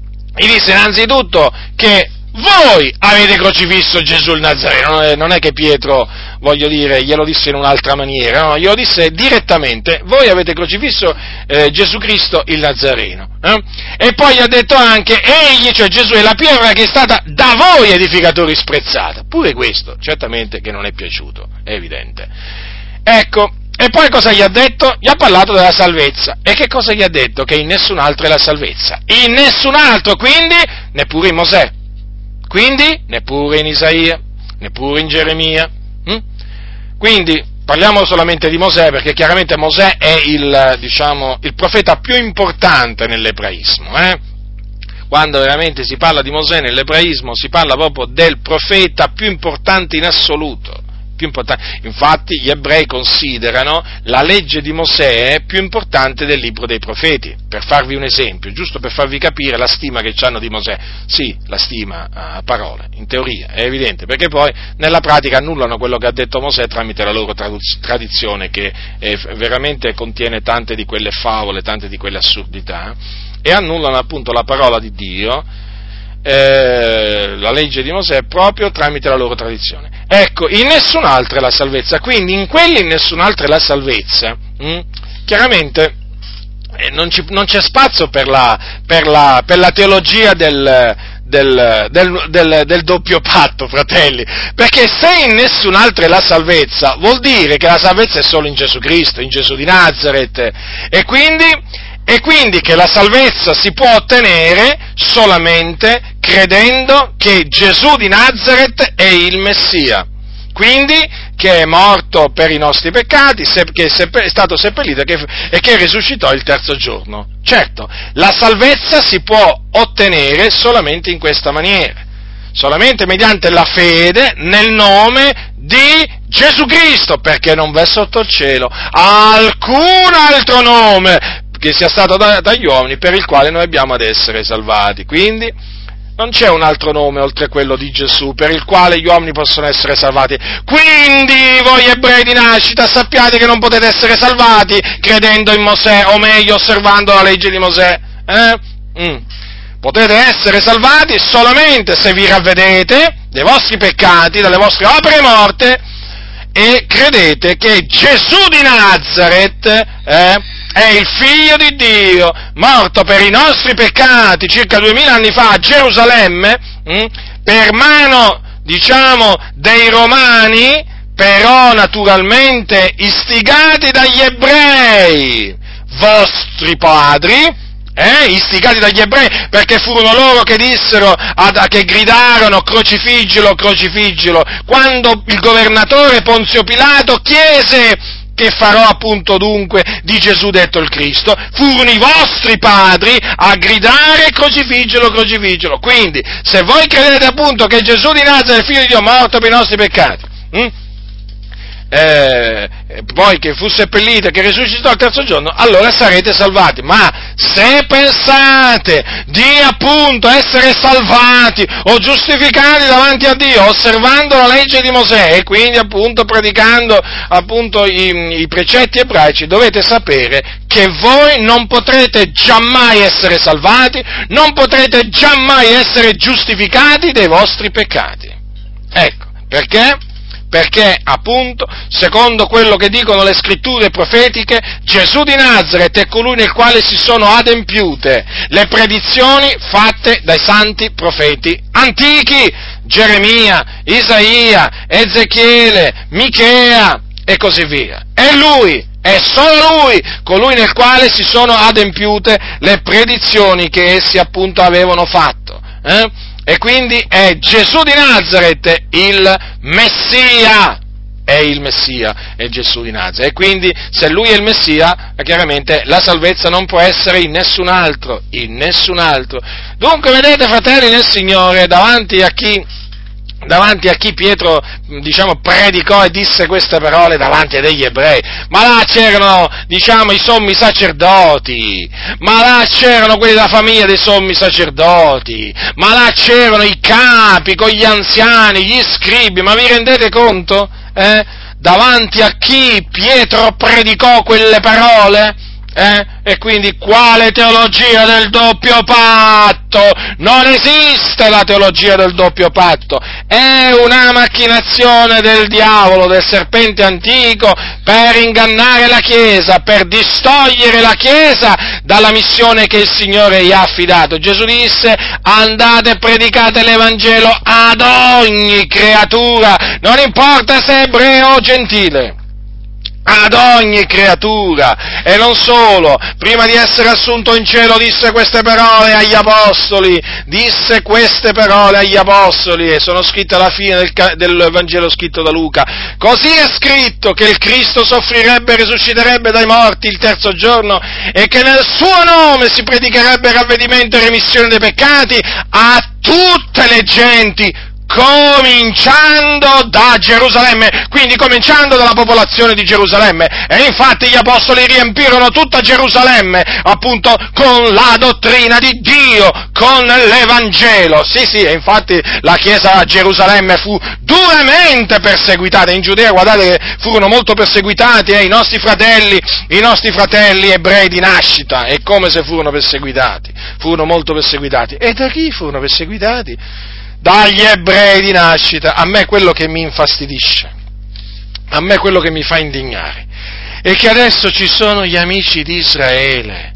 che voi avete crocifisso Gesù il Nazareno. Non è che Pietro, voglio dire, glielo disse in un'altra maniera, no, glielo disse direttamente: voi avete crocifisso Gesù Cristo il Nazareno. E poi gli ha detto anche: egli, cioè Gesù, è la pietra che è stata da voi edificatori sprezzata. Pure questo, certamente che non è piaciuto, è evidente. Ecco, e poi cosa gli ha detto? Gli ha parlato della salvezza. E che cosa gli ha detto? Che in nessun altro è la salvezza. In nessun altro, quindi, neppure in Mosè. Quindi, neppure in Isaia, neppure in Geremia. Quindi, parliamo solamente di Mosè, perché chiaramente Mosè è il profeta più importante nell'ebraismo. Quando veramente si parla di Mosè nell'ebraismo, si parla proprio del profeta più importante in assoluto. Infatti gli ebrei considerano la legge di Mosè più importante del libro dei profeti, per farvi un esempio, giusto per farvi capire la stima che hanno di Mosè. Sì, la stima a parole, in teoria, è evidente, perché poi nella pratica annullano quello che ha detto Mosè tramite la loro tradizione, che veramente contiene tante di quelle favole, tante di quelle assurdità, e annullano appunto la parola di Dio, la legge di Mosè, proprio tramite la loro tradizione. Ecco, in nessun altro è la salvezza, quindi in quelli in nessun altro è la salvezza, chiaramente non c'è spazio per la teologia del doppio patto, fratelli, perché se in nessun altro è la salvezza, vuol dire che la salvezza è solo in Gesù Cristo, in Gesù di Nazaret, e quindi che la salvezza si può ottenere solamente credendo che Gesù di Nazaret è il Messia, quindi che è morto per i nostri peccati, che è stato seppellito e che risuscitò il terzo giorno. Certo, la salvezza si può ottenere solamente in questa maniera, solamente mediante la fede nel nome di Gesù Cristo, perché non v'è sotto il cielo alcun altro nome che sia stato dato agli uomini per il quale noi abbiamo ad essere salvati. Quindi non c'è un altro nome oltre quello di Gesù per il quale gli uomini possono essere salvati. Quindi voi ebrei di nascita sappiate che non potete essere salvati credendo in Mosè, o meglio osservando la legge di Mosè. Potete essere salvati solamente se vi ravvedete dei vostri peccati, dalle vostre opere morte, e credete che Gesù di Nazaret è il Figlio di Dio, morto per i nostri peccati circa 2000 anni fa a Gerusalemme, per mano, dei Romani, però naturalmente istigati dagli ebrei, vostri padri, istigati dagli ebrei, perché furono loro che dissero, che gridarono crocifiggilo, crocifiggilo, quando il governatore Ponzio Pilato chiese: che farò appunto dunque di Gesù detto il Cristo? Furono i vostri padri a gridare crocifiggilo, crocifiggilo. Quindi, se voi credete appunto che Gesù di Nazaret è il Figlio di Dio morto per i nostri peccati, poi che fu seppellito e che risuscitò al terzo giorno, allora sarete salvati. Ma se pensate di appunto essere salvati o giustificati davanti a Dio osservando la legge di Mosè e quindi appunto predicando appunto i precetti ebraici, dovete sapere che voi non potrete giammai essere salvati, non potrete giammai essere giustificati dei vostri peccati. Ecco, perché? Perché, appunto, secondo quello che dicono le scritture profetiche, Gesù di Nazaret è colui nel quale si sono adempiute le predizioni fatte dai santi profeti antichi, Geremia, Isaia, Ezechiele, Michea e così via. È lui, è solo lui, colui nel quale si sono adempiute le predizioni che essi appunto avevano fatto. E quindi è Gesù di Nazaret il Messia, è il Messia, è Gesù di Nazaret. E quindi se lui è il Messia, chiaramente la salvezza non può essere in nessun altro, in nessun altro. Dunque, vedete, fratelli nel Signore, davanti a chi Pietro, predicò e disse queste parole davanti a degli ebrei, ma là c'erano, i sommi sacerdoti, ma là c'erano quelli della famiglia dei sommi sacerdoti, ma là c'erano i capi con gli anziani, gli scribi, ma vi rendete conto? Davanti a chi Pietro predicò quelle parole? E quindi quale teologia del doppio patto? Non esiste la teologia del doppio patto, è una macchinazione del diavolo, del serpente antico, per ingannare la Chiesa, per distogliere la Chiesa dalla missione che il Signore gli ha affidato. Gesù disse: andate e predicate l'Evangelo ad ogni creatura, non importa se è ebreo o gentile. Ad ogni creatura, e non solo, prima di essere assunto in cielo disse queste parole agli apostoli, e sono scritte alla fine del Vangelo scritto da Luca. Così è scritto che il Cristo soffrirebbe e risusciterebbe dai morti il terzo giorno e che nel suo nome si predicherebbe ravvedimento e remissione dei peccati a tutte le genti, cominciando da Gerusalemme, quindi cominciando dalla popolazione di Gerusalemme. E infatti gli apostoli riempirono tutta Gerusalemme appunto con la dottrina di Dio, con l'Evangelo. Sì, e infatti la Chiesa a Gerusalemme fu duramente perseguitata. In Giudea, guardate che furono molto perseguitati, i nostri fratelli ebrei di nascita, e come se furono molto perseguitati. E da chi furono perseguitati? Dagli ebrei di nascita. A me quello che mi infastidisce, a me quello che mi fa indignare, è che adesso ci sono gli amici di Israele,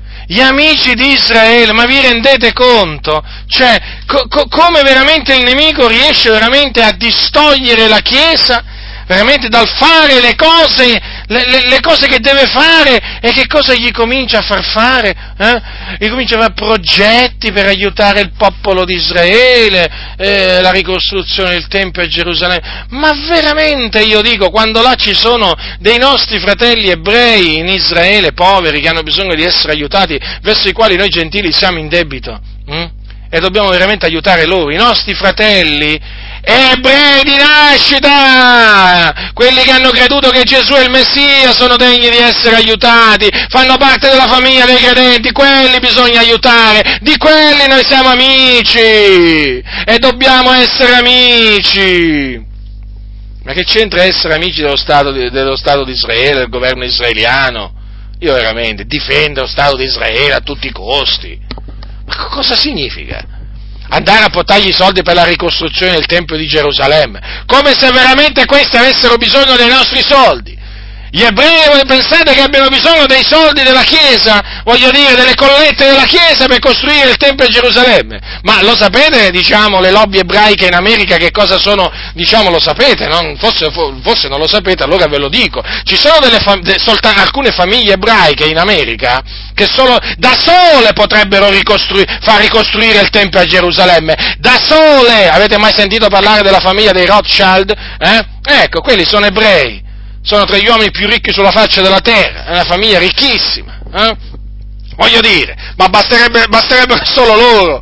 ma vi rendete conto? Cioè, come veramente il nemico riesce veramente a distogliere la Chiesa, veramente dal fare le cose che deve fare, e che cosa gli comincia a far fare? Gli comincia a fare progetti per aiutare il popolo di Israele, la ricostruzione del Tempio a Gerusalemme. Ma veramente, io dico, quando là ci sono dei nostri fratelli ebrei in Israele, poveri, che hanno bisogno di essere aiutati, verso i quali noi gentili siamo in debito, e dobbiamo veramente aiutare loro, i nostri fratelli ebrei di nascita, quelli che hanno creduto che Gesù è il Messia, sono degni di essere aiutati, fanno parte della famiglia dei credenti, quelli bisogna aiutare, di quelli noi siamo amici, e dobbiamo essere amici. Ma che c'entra essere amici dello Stato di Israele, del governo israeliano? Io veramente difendo lo Stato di Israele a tutti i costi. Ma cosa significa? Andare a portargli i soldi per la ricostruzione del Tempio di Gerusalemme, come se veramente questi avessero bisogno dei nostri soldi. Gli ebrei, pensate che abbiano bisogno dei soldi della Chiesa, delle collette della Chiesa per costruire il Tempio a Gerusalemme? Ma lo sapete, le lobby ebraiche in America che cosa sono, lo sapete, no? Forse non lo sapete, allora ve lo dico. Ci sono alcune famiglie ebraiche in America che solo da sole potrebbero far ricostruire il Tempio a Gerusalemme, da sole! Avete mai sentito parlare della famiglia dei Rothschild? Ecco, quelli sono ebrei. Sono tra gli uomini più ricchi sulla faccia della terra, è una famiglia ricchissima, ma basterebbero solo loro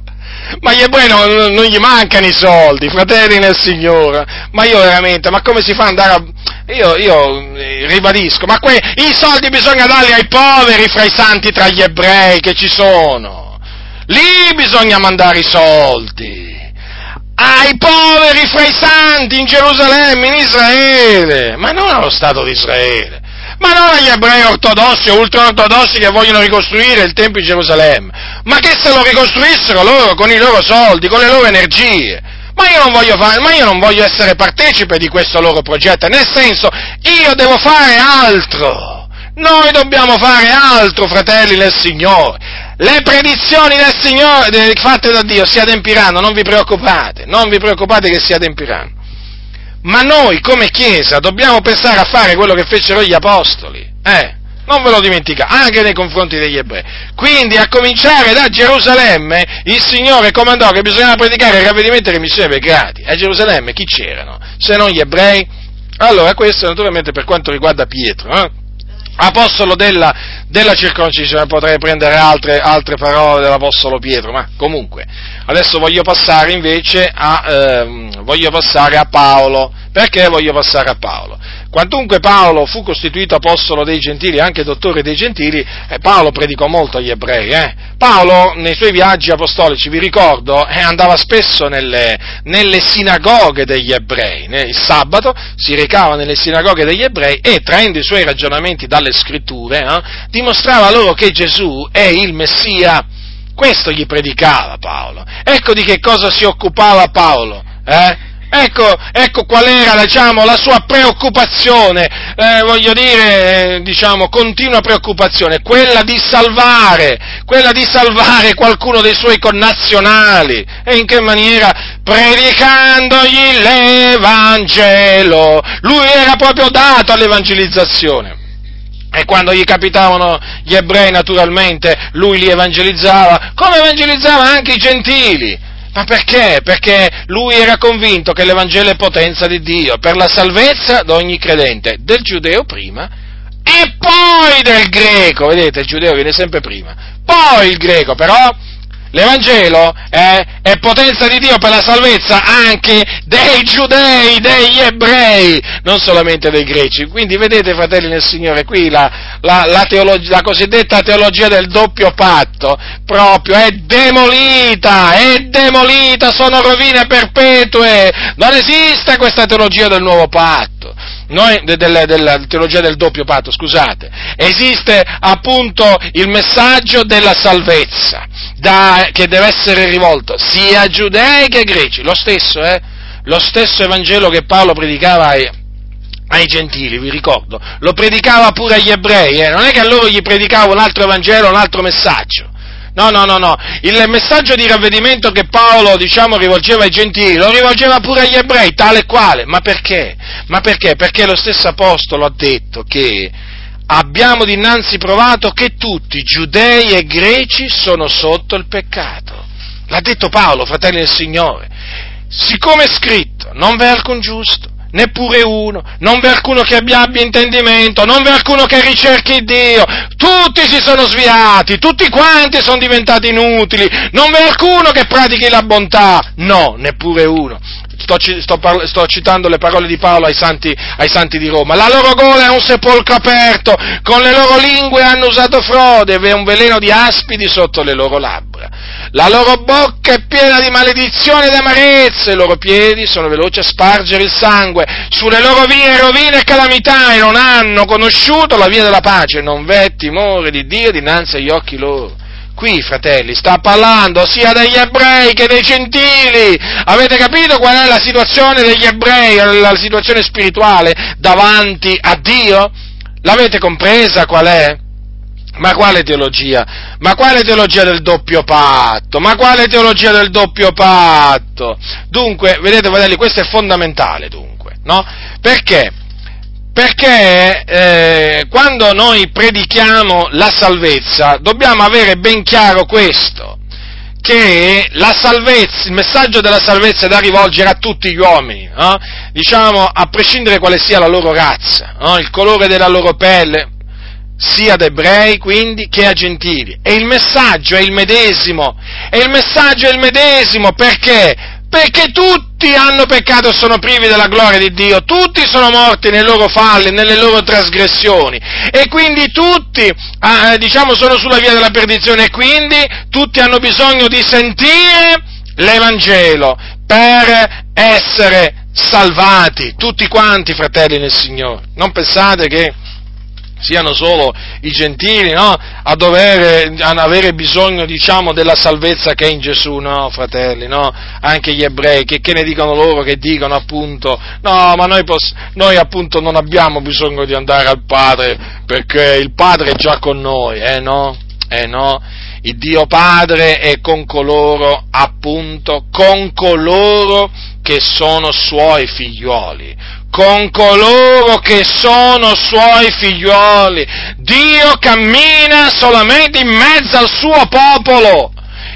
Ma gli ebrei non gli mancano i soldi, fratelli nel Signore. Ma io veramente, ma come si fa ad andare a... Io ribadisco, ma i soldi bisogna darli ai poveri fra i santi tra gli ebrei che ci sono. Lì bisogna mandare i soldi. Ai poveri fra i santi in Gerusalemme, in Israele, ma non allo Stato di Israele. Ma non agli ebrei ortodossi o ultraortodossi che vogliono ricostruire il Tempio di Gerusalemme, ma che se lo ricostruissero loro con i loro soldi, con le loro energie. Ma io non voglio essere partecipe di questo loro progetto, nel senso, io devo fare altro. Noi dobbiamo fare altro, fratelli del Signore. Le predizioni del Signore fatte da Dio si adempiranno, non vi preoccupate che si adempiranno. Ma noi, come Chiesa, dobbiamo pensare a fare quello che fecero gli Apostoli, non ve lo dimenticate, anche nei confronti degli ebrei. Quindi, a cominciare da Gerusalemme, il Signore comandò che bisognava predicare il ravvedimento e remissione dei peccati. A Gerusalemme chi c'erano? Se non gli ebrei? Allora, questo naturalmente per quanto riguarda Pietro, apostolo della circoncisione. Potrei prendere altre parole dell'apostolo Pietro, ma comunque, adesso voglio passare invece a Paolo. Perché voglio passare a Paolo? Quantunque Paolo fu costituito apostolo dei gentili, anche dottore dei gentili, Paolo predicò molto agli ebrei. Paolo, nei suoi viaggi apostolici, vi ricordo, andava spesso nelle sinagoghe degli ebrei. Il sabato si recava nelle sinagoghe degli ebrei e, traendo i suoi ragionamenti dalle scritture, dimostrava loro che Gesù è il Messia. Questo gli predicava Paolo. Ecco di che cosa si occupava Paolo. Ecco qual era, la sua preoccupazione, continua preoccupazione, quella di salvare qualcuno dei suoi connazionali. E in che maniera? Predicandogli l'Evangelo. Lui era proprio dato all'evangelizzazione. E quando gli capitavano gli ebrei, naturalmente, lui li evangelizzava, come evangelizzava anche i gentili. Ma perché? Perché lui era convinto che l'Evangelo è potenza di Dio per la salvezza di ogni credente, del giudeo prima e poi del greco. Vedete, il giudeo viene sempre prima, poi il greco. Però l'Evangelo è potenza di Dio per la salvezza anche dei giudei, degli ebrei, non solamente dei greci. Quindi vedete, fratelli nel Signore, qui la cosiddetta teologia del doppio patto proprio è demolita, sono rovine perpetue. Non esiste questa teologia del nuovo patto. Della teologia del doppio patto, scusate. Esiste appunto il messaggio della salvezza che deve essere rivolto sia a giudei che a greci, lo stesso Evangelo che Paolo predicava ai gentili, vi ricordo, lo predicava pure agli ebrei, non è che a loro gli predicava un altro Evangelo, un altro messaggio. No, il messaggio di ravvedimento che Paolo, rivolgeva ai gentili, lo rivolgeva pure agli ebrei, tale e quale. Ma perché? Perché lo stesso apostolo ha detto che abbiamo dinanzi provato che tutti, giudei e greci, sono sotto il peccato. L'ha detto Paolo, fratelli del Signore. Siccome è scritto, non v'è alcun giusto, neppure uno, non v'è alcuno che abbia intendimento, non v'è alcuno che ricerchi Dio, tutti si sono sviati, tutti quanti sono diventati inutili, non v'è alcuno che pratichi la bontà, no, neppure uno. Sto citando le parole di Paolo ai santi di Roma. La loro gola è un sepolcro aperto, con le loro lingue hanno usato frode, v'è un veleno di aspidi sotto le loro labbra. La loro bocca è piena di maledizione ed amarezza, i loro piedi sono veloci a spargere il sangue, sulle loro vie rovine e calamità, e non hanno conosciuto la via della pace, non v'è timore di Dio dinanzi agli occhi loro. Qui, fratelli, sta parlando sia degli ebrei che dei gentili. Avete capito qual è la situazione degli ebrei, la situazione spirituale davanti a Dio? L'avete compresa qual è? Ma quale teologia? Ma quale teologia del doppio patto? Ma quale teologia del doppio patto? Dunque, vedete, fratelli, questo è fondamentale, dunque, no? Perché? Perché quando noi predichiamo la salvezza dobbiamo avere ben chiaro questo, che la salvezza, il messaggio della salvezza è da rivolgere a tutti gli uomini, no? A prescindere quale sia la loro razza, no? Il colore della loro pelle, sia ad ebrei quindi che a gentili. E il messaggio è il medesimo, perché? Perché tutti hanno peccato e sono privi della gloria di Dio, tutti sono morti nei loro falli, nelle loro trasgressioni, e quindi tutti, sono sulla via della perdizione, e quindi tutti hanno bisogno di sentire l'Evangelo per essere salvati, tutti quanti, fratelli nel Signore. Non pensate che siano solo i gentili, no, a avere bisogno, della salvezza che è in Gesù, no, fratelli, no, anche gli ebrei, che ne dicono loro, che dicono appunto, no, ma noi appunto non abbiamo bisogno di andare al Padre, perché il Padre è già con noi, no, il Dio Padre è con coloro, appunto, con coloro che sono suoi figlioli, con coloro che sono suoi figlioli. Dio cammina solamente in mezzo al suo popolo,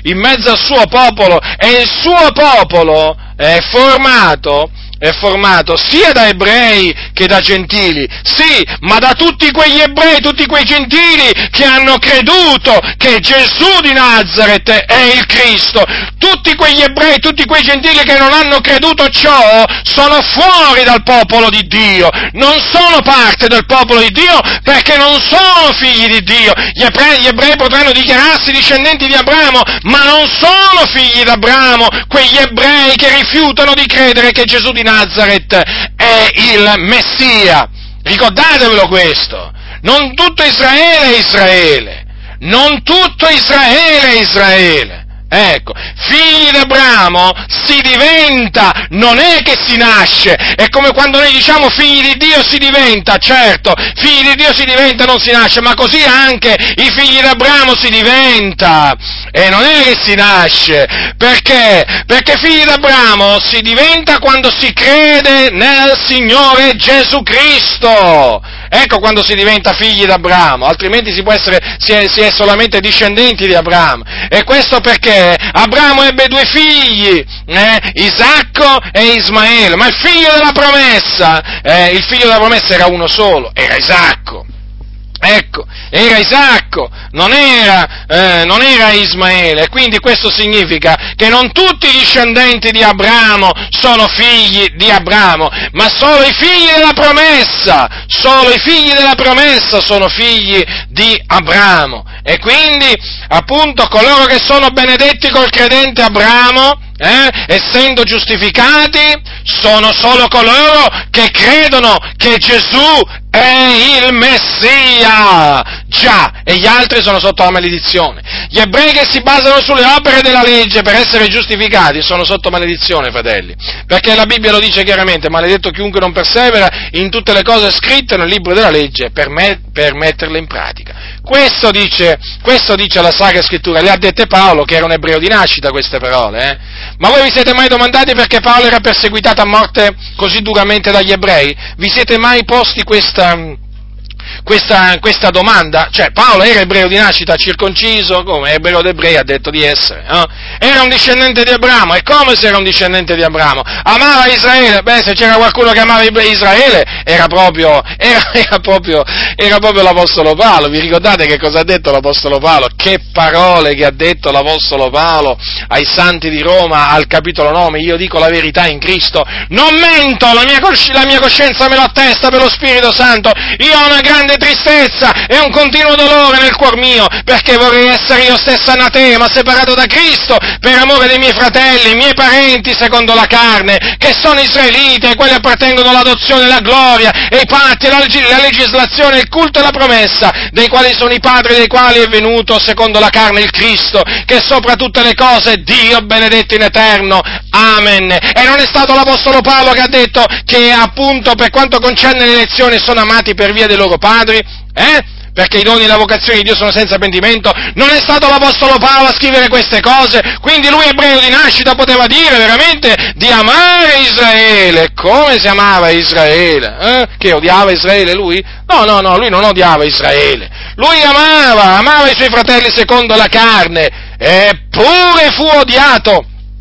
e il suo popolo è formato sia da ebrei che da gentili, sì, ma da tutti quegli ebrei, tutti quei gentili che hanno creduto che Gesù di Nazaret è il Cristo. Tutti quegli ebrei, tutti quei gentili che non hanno creduto ciò, sono fuori dal popolo di Dio, non sono parte del popolo di Dio, perché non sono figli di Dio. Gli ebrei potranno dichiararsi discendenti di Abramo, ma non sono figli di Abramo, quegli ebrei che rifiutano di credere che Gesù di Nazaret è il Messia. Ricordatevelo questo. Non tutto Israele è Israele. Non tutto Israele è Israele. Ecco, figli di Abramo si diventa, non è che si nasce. È come quando noi diciamo figli di Dio si diventa, certo, figli di Dio si diventa, non si nasce, ma così anche i figli di Abramo si diventa. E non è che si nasce, perché? Perché figli di Abramo si diventa quando si crede nel Signore Gesù Cristo. Ecco quando si diventa figli di Abramo, altrimenti si è solamente discendenti di Abramo. E questo perché Abramo ebbe due figli, Isacco e Ismaele, ma il figlio della promessa era uno solo, era Isacco. Ecco, era Isacco, non era Ismaele, e quindi questo significa che non tutti i discendenti di Abramo sono figli di Abramo, ma solo i figli della promessa sono figli di Abramo, e quindi, appunto, coloro che sono benedetti col credente Abramo, essendo giustificati, sono solo coloro che credono che Gesù è il Messia, già, e gli altri sono sotto la maledizione. Gli ebrei che si basano sulle opere della legge per essere giustificati sono sotto maledizione, fratelli, perché la Bibbia lo dice chiaramente: maledetto chiunque non persevera in tutte le cose scritte nel libro della legge per metterle in pratica. Questo dice la Sacra Scrittura, le ha dette Paolo, che era un ebreo di nascita, queste parole, Ma voi vi siete mai domandati perché Paolo era perseguitato a morte così duramente dagli ebrei? Vi siete mai posti questa domanda? Cioè, Paolo era ebreo di nascita, circonciso, come ebreo d'ebrei ha detto di essere, no? Era un discendente di Abramo, e come se era un discendente di Abramo? Amava Israele? Beh, se c'era qualcuno che amava Israele, era proprio l'Apostolo Paolo. Vi ricordate che cosa ha detto l'Apostolo Paolo? Che parole che ha detto l'Apostolo Paolo ai santi di Roma al capitolo 9, io dico la verità in Cristo, non mento, la mia coscienza me lo attesta per lo Spirito Santo, io ho una grande tristezza e un continuo dolore nel cuor mio, perché vorrei essere io stesso anatema, separato da Cristo, per amore dei miei fratelli, i miei parenti secondo la carne, che sono israeliti, ai quali appartengono l'adozione, la gloria, e i patti, la legislazione, il culto e la promessa, dei quali sono i padri, dei quali è venuto secondo la carne il Cristo, che sopra tutte le cose Dio benedetto in eterno. Amen. E non è stato l'Apostolo Paolo che ha detto che appunto per quanto concerne l'elezione sono amati per via dei loro padri? Perché i doni e la vocazione di Dio sono senza pentimento? Non è stato l'Apostolo Paolo a scrivere queste cose? Quindi lui, ebreo di nascita, poteva dire veramente di amare Israele. Come si amava Israele? Che odiava Israele lui? No, lui non odiava Israele. Lui amava i suoi fratelli secondo la carne, eppure fu odiato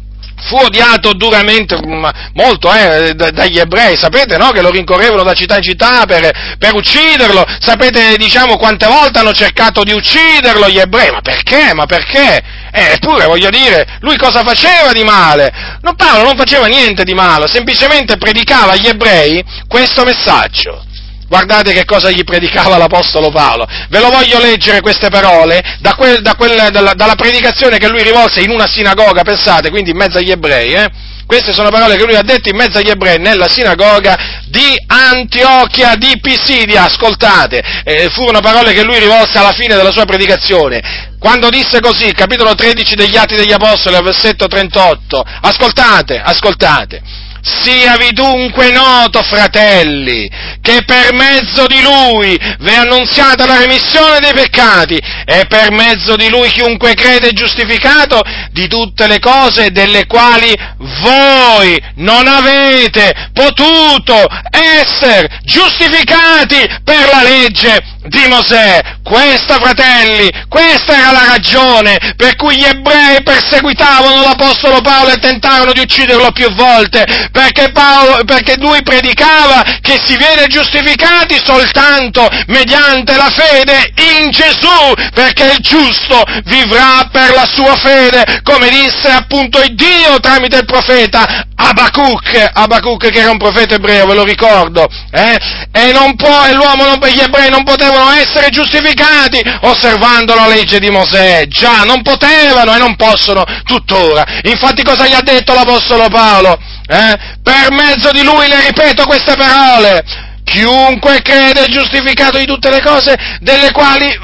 fu odiato duramente, molto, dagli ebrei, sapete, no? Che lo rincorrevano da città in città per ucciderlo, sapete, diciamo, quante volte hanno cercato di ucciderlo gli ebrei, ma perché? Ma perché? Eppure, voglio dire, lui cosa faceva di male? No, Paolo non faceva niente di male, semplicemente predicava agli ebrei questo messaggio. Guardate che cosa gli predicava l'Apostolo Paolo. Ve lo voglio leggere queste parole dalla predicazione che lui rivolse in una sinagoga, pensate, quindi in mezzo agli ebrei. Queste sono parole che lui ha detto in mezzo agli ebrei nella sinagoga di Antiochia di Pisidia. Ascoltate, furono parole che lui rivolse alla fine della sua predicazione. Quando disse così, capitolo 13 degli Atti degli Apostoli, al versetto 38, ascoltate. Siavi dunque noto, fratelli, che per mezzo di Lui v'è annunziata la remissione dei peccati, e per mezzo di Lui chiunque crede è giustificato di tutte le cose delle quali voi non avete potuto essere giustificati per la legge di Mosè. Questa, fratelli, questa era la ragione per cui gli ebrei perseguitavano l'Apostolo Paolo e tentarono di ucciderlo più volte, perché lui predicava che si viene giustificati soltanto mediante la fede in Gesù, perché il giusto vivrà per la sua fede, come disse appunto il Dio tramite il profeta Abacuc, che era un profeta ebreo, ve lo ricordo, gli ebrei non potevano essere giustificati osservando la legge di Mosè, già, non potevano e non possono tuttora. Infatti cosa gli ha detto l'Apostolo Paolo? Per mezzo di lui le ripeto queste parole: chiunque crede è giustificato di tutte le cose delle quali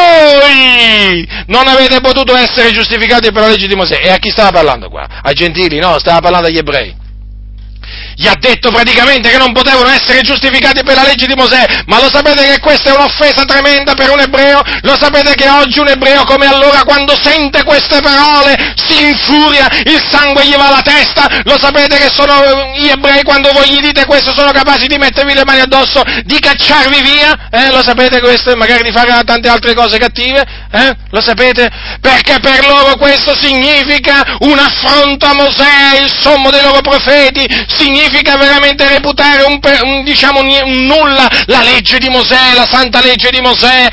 voi non avete potuto essere giustificati per la legge di Mosè. E a chi stava parlando qua? Ai gentili? No, stava parlando agli ebrei. Gli ha detto praticamente che non potevano essere giustificati per la legge di Mosè, ma lo sapete che questa è un'offesa tremenda per un ebreo? Lo sapete che oggi un ebreo come allora, quando sente queste parole, si infuria, il sangue gli va alla testa? Lo sapete che gli ebrei, quando voi gli dite questo, sono capaci di mettervi le mani addosso, di cacciarvi via? Lo sapete questo? E magari di fare tante altre cose cattive? Lo sapete? Perché per loro questo significa un affronto a Mosè, il sommo dei loro profeti, significa veramente reputare un nulla la legge di Mosè, la santa legge di Mosè.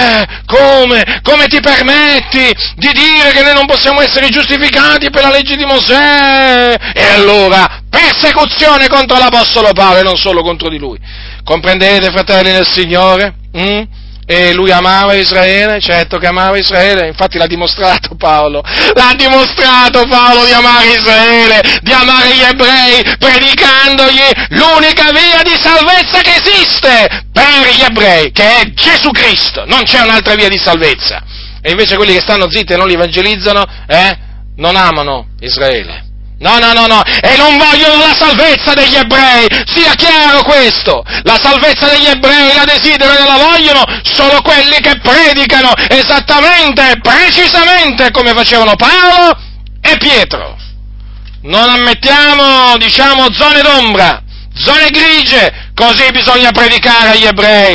Come ti permetti di dire che noi non possiamo essere giustificati per la legge di Mosè? E allora, persecuzione contro l'Apostolo Paolo e non solo contro di lui. Comprendete, fratelli del Signore? E lui amava Israele, certo che amava Israele, infatti l'ha dimostrato Paolo di amare Israele, di amare gli ebrei, predicandogli l'unica via di salvezza che esiste per gli ebrei, che è Gesù Cristo, non c'è un'altra via di salvezza. E invece quelli che stanno zitti e non li evangelizzano, non amano Israele. No, e non vogliono la salvezza degli ebrei, sia chiaro questo, la salvezza degli ebrei la desiderano e la vogliono solo quelli che predicano esattamente, precisamente come facevano Paolo e Pietro. Non ammettiamo, zone d'ombra, zone grigie, così bisogna predicare agli ebrei,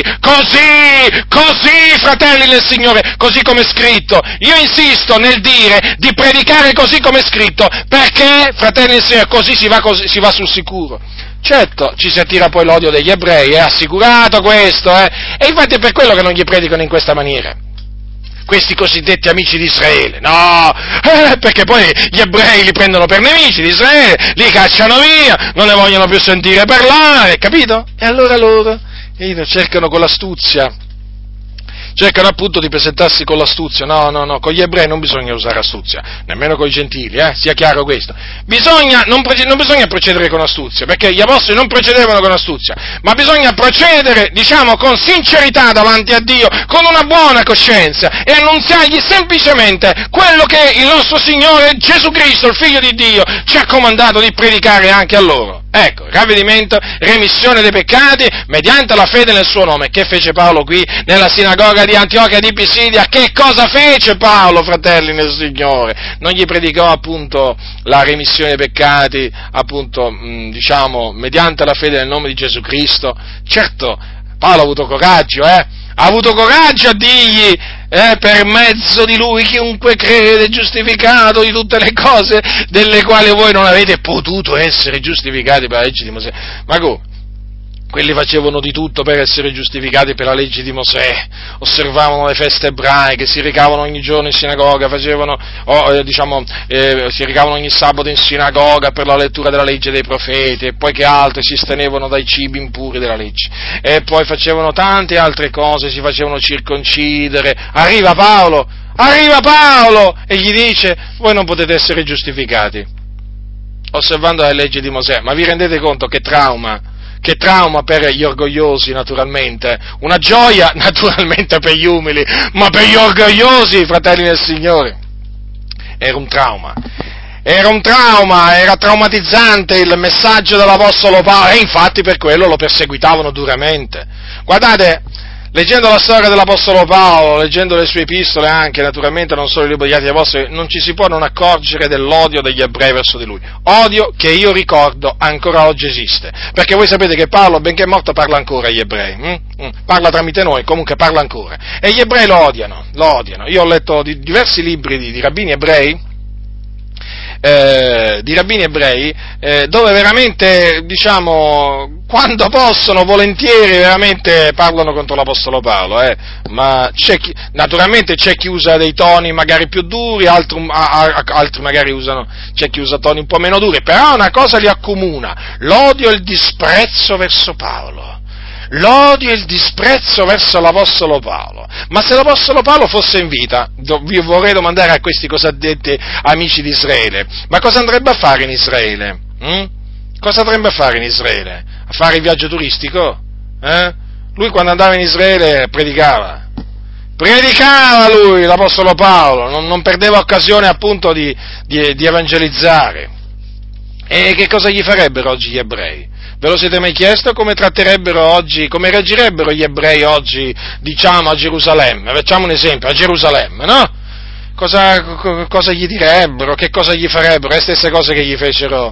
così, fratelli del Signore, così come è scritto. Io insisto nel dire di predicare così come è scritto, perché, fratelli del Signore, così si va sul sicuro. Certo, ci si attira poi l'odio degli ebrei, è assicurato questo, e infatti è per quello che non gli predicano in questa maniera. Questi cosiddetti amici di Israele, no, perché poi gli ebrei li prendono per nemici di Israele, li cacciano via, non ne vogliono più sentire parlare, capito? E allora loro cercano con l'astuzia, cercano appunto di presentarsi con l'astuzia. No, con gli ebrei non bisogna usare astuzia, nemmeno con i gentili, sia chiaro questo. Non bisogna procedere con astuzia, perché gli apostoli non procedevano con astuzia, ma bisogna procedere, con sincerità davanti a Dio, con una buona coscienza, e annunziargli semplicemente quello che il nostro Signore Gesù Cristo, il Figlio di Dio, ci ha comandato di predicare anche a loro. Ecco, ravvedimento, remissione dei peccati, mediante la fede nel suo nome. Che fece Paolo qui, nella sinagoga di Antiochia di Pisidia? Che cosa fece Paolo, fratelli nel Signore? Non gli predicò appunto la remissione dei peccati, appunto, mediante la fede nel nome di Gesù Cristo? Certo, Paolo ha avuto coraggio, ha avuto coraggio a dirgli: per mezzo di Lui chiunque crede è giustificato di tutte le cose delle quali voi non avete potuto essere giustificati per la legge di Mosè. Ma come? Quelli facevano di tutto per essere giustificati per la legge di Mosè, osservavano le feste ebraiche, si recavano ogni giorno in sinagoga, si recavano ogni sabato in sinagoga per la lettura della legge dei profeti, e poi che altro, si astenevano dai cibi impuri della legge, e poi facevano tante altre cose, si facevano circoncidere. Arriva Paolo, e gli dice: voi non potete essere giustificati osservando la legge di Mosè. Ma vi rendete conto che trauma per gli orgogliosi, naturalmente, una gioia naturalmente per gli umili, ma per gli orgogliosi, fratelli del Signore, era un trauma, era traumatizzante il messaggio dell'Apostolo Paolo, e infatti per quello lo perseguitavano duramente. Guardate, leggendo la storia dell'Apostolo Paolo, leggendo le sue epistole anche, naturalmente, non solo il libro degli Atti degli Apostoli, non ci si può non accorgere dell'odio degli ebrei verso di lui. Odio che io ricordo ancora oggi esiste. Perché voi sapete che Paolo, benché è morto, parla ancora agli ebrei. Parla tramite noi, comunque parla ancora. E gli ebrei lo odiano. Io ho letto diversi libri di rabbini ebrei, dove veramente, quando possono, volentieri, veramente parlano contro l'Apostolo Paolo, ma naturalmente c'è chi usa dei toni magari più duri, altri magari c'è chi usa toni un po' meno duri, però una cosa li accomuna: l'odio e il disprezzo verso Paolo. L'odio e il disprezzo verso l'Apostolo Paolo. Ma se l'Apostolo Paolo fosse in vita, vi vorrei domandare a questi cosiddetti amici di Israele: ma cosa andrebbe a fare in Israele? Cosa andrebbe a fare in Israele? A fare il viaggio turistico? Lui quando andava in Israele predicava lui, l'Apostolo Paolo, non perdeva occasione appunto di evangelizzare. E che cosa gli farebbero oggi gli ebrei? Ve lo siete mai chiesto come tratterebbero oggi, come reagirebbero gli ebrei oggi, a Gerusalemme? Facciamo un esempio, a Gerusalemme, no? Cosa gli direbbero? Che cosa gli farebbero? Le stesse cose che gli fecero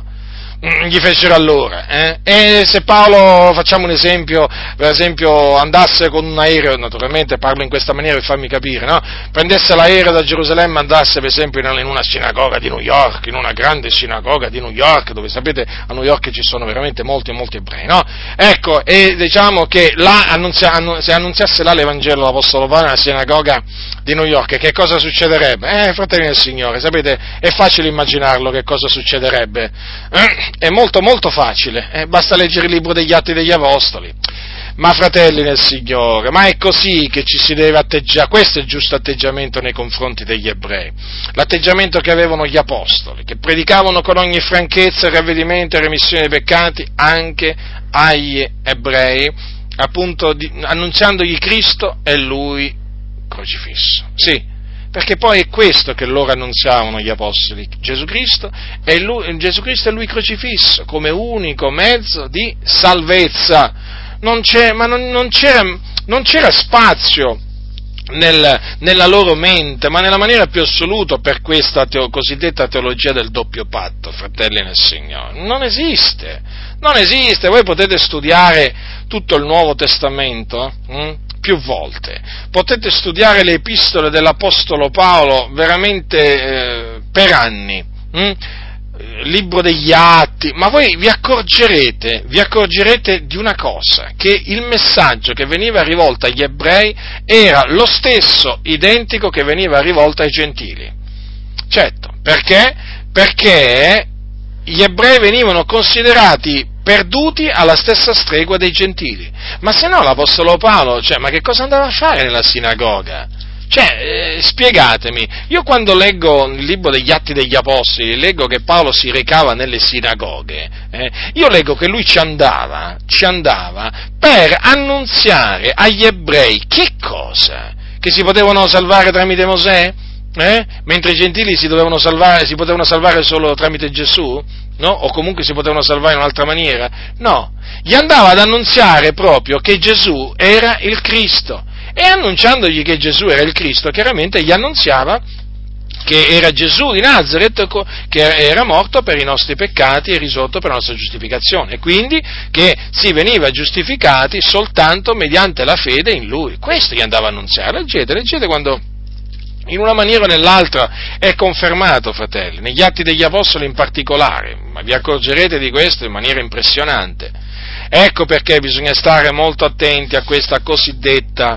allora, E se Paolo, facciamo un esempio, per esempio, andasse con un aereo, naturalmente parlo in questa maniera per farmi capire, no? Prendesse l'aereo da Gerusalemme, andasse per esempio in una sinagoga di New York, in una grande sinagoga di New York, dove sapete a New York ci sono veramente molti ebrei, no? Ecco, e diciamo che là se annunziasse là l'Evangelo dell'Apostolo Paolo nella sinagoga di New York, che cosa succederebbe? Fratelli del Signore, sapete, è facile immaginarlo che cosa succederebbe. È molto molto facile, basta leggere il libro degli Atti degli Apostoli. Ma fratelli nel Signore, ma è così che ci si deve atteggiare? Questo è il giusto atteggiamento nei confronti degli ebrei, l'atteggiamento che avevano gli Apostoli, che predicavano con ogni franchezza il ravvedimento e remissione dei peccati anche agli ebrei, appunto annunziandogli Cristo e Lui crocifisso. Sì, perché poi è questo che loro annunziavano gli apostoli: Gesù Cristo e Lui crocifisso come unico mezzo di salvezza. Non c'era spazio nella loro mente, ma nella maniera più assoluta, per questa cosiddetta teologia del doppio patto, fratelli nel Signore. Non esiste. Voi potete studiare tutto il Nuovo Testamento, più volte, potete studiare le epistole dell'Apostolo Paolo veramente per anni, libro degli Atti, ma voi vi accorgerete di una cosa: che il messaggio che veniva rivolto agli ebrei era lo stesso, identico, che veniva rivolto ai gentili. Certo, perché gli ebrei venivano considerati perduti alla stessa stregua dei gentili. Ma se no l'Apostolo Paolo, ma che cosa andava a fare nella sinagoga? Spiegatemi, io quando leggo il libro degli Atti degli Apostoli, leggo che Paolo si recava nelle sinagoghe, io leggo che lui ci andava per annunziare agli ebrei che cosa? Che si potevano salvare tramite Mosè? Mentre i gentili si potevano salvare solo tramite Gesù? No? O comunque si potevano salvare in un'altra maniera? No, gli andava ad annunziare proprio che Gesù era il Cristo, e annunciandogli che Gesù era il Cristo, chiaramente gli annunziava che era Gesù di Nazaret, che era morto per i nostri peccati e risorto per la nostra giustificazione, e quindi che si veniva giustificati soltanto mediante la fede in Lui. Questo gli andava a annunziare. Leggete quando in una maniera o nell'altra è confermato, fratelli, negli Atti degli Apostoli in particolare, ma vi accorgerete di questo in maniera impressionante. Ecco perché bisogna stare molto attenti a questa cosiddetta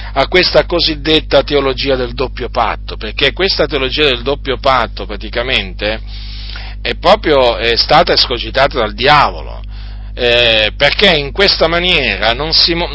teologia del doppio patto, perché questa teologia del doppio patto praticamente è stata escogitata dal diavolo, perché in questa maniera non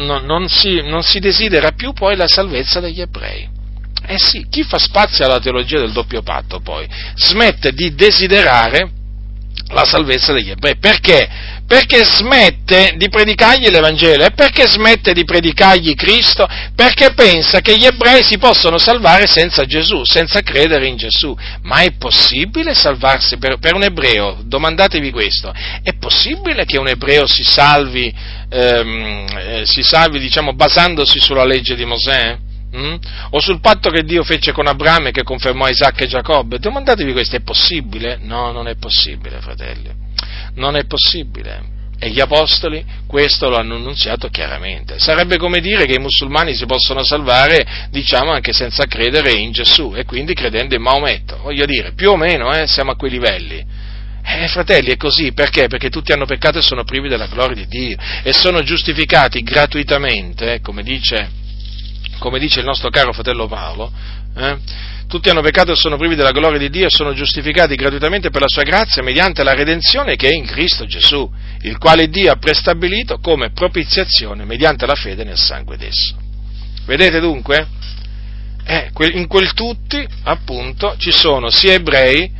si desidera più poi la salvezza degli ebrei. Eh sì, chi fa spazio alla teologia del doppio patto poi smette di desiderare la salvezza degli ebrei. Perché? Perché smette di predicargli l'Evangelo. E perché smette di predicargli Cristo? Perché pensa che gli ebrei si possono salvare senza Gesù, senza credere in Gesù. Ma è possibile salvarsi per un ebreo? Domandatevi questo. È possibile che un ebreo si salvi diciamo, basandosi sulla legge di Mosè? O sul patto che Dio fece con Abramo e che confermò Isacco e Giacobbe? Domandatevi questo, è possibile? No, non è possibile, fratelli, non è possibile. E gli apostoli questo lo hanno annunziato chiaramente. Sarebbe come dire che i musulmani si possono salvare, diciamo, anche senza credere in Gesù, e quindi credendo in Maometto. Voglio dire, più o meno, siamo a quei livelli. Fratelli, è così, perché? Perché tutti hanno peccato e sono privi della gloria di Dio, e sono giustificati gratuitamente, come dice il nostro caro fratello Paolo, tutti hanno peccato e sono privi della gloria di Dio e sono giustificati gratuitamente per la sua grazia mediante la redenzione che è in Cristo Gesù, il quale Dio ha prestabilito come propiziazione mediante la fede nel sangue d'esso. Vedete dunque? In quel tutti, appunto, ci sono sia ebrei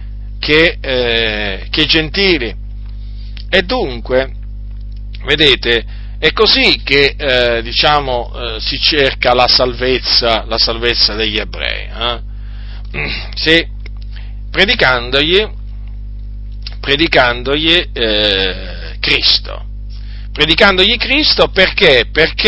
che gentili. E dunque, vedete, è così che si cerca la salvezza degli ebrei, sì, predicandogli Cristo. Predicandogli Cristo perché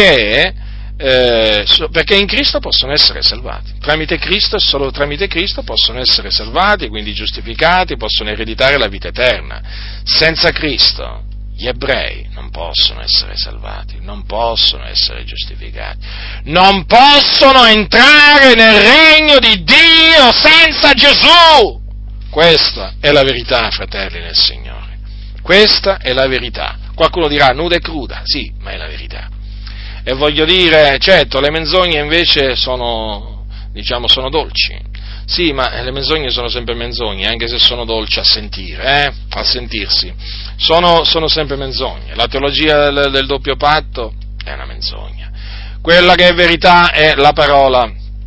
in Cristo possono essere salvati. Tramite Cristo e solo tramite Cristo possono essere salvati, quindi giustificati, possono ereditare la vita eterna. Senza Cristo gli ebrei non possono essere salvati, non possono essere giustificati, non possono entrare nel regno di Dio senza Gesù. Questa è la verità, fratelli nel Signore. Questa è la verità. Qualcuno dirà nuda e cruda, sì, ma è la verità. E voglio dire, certo, le menzogne invece sono dolci. Sì, ma le menzogne sono sempre menzogne, anche se sono dolci a sentire, a sentirsi. Sono sempre menzogne. La teologia del doppio patto è una menzogna. Quella che è verità è la parola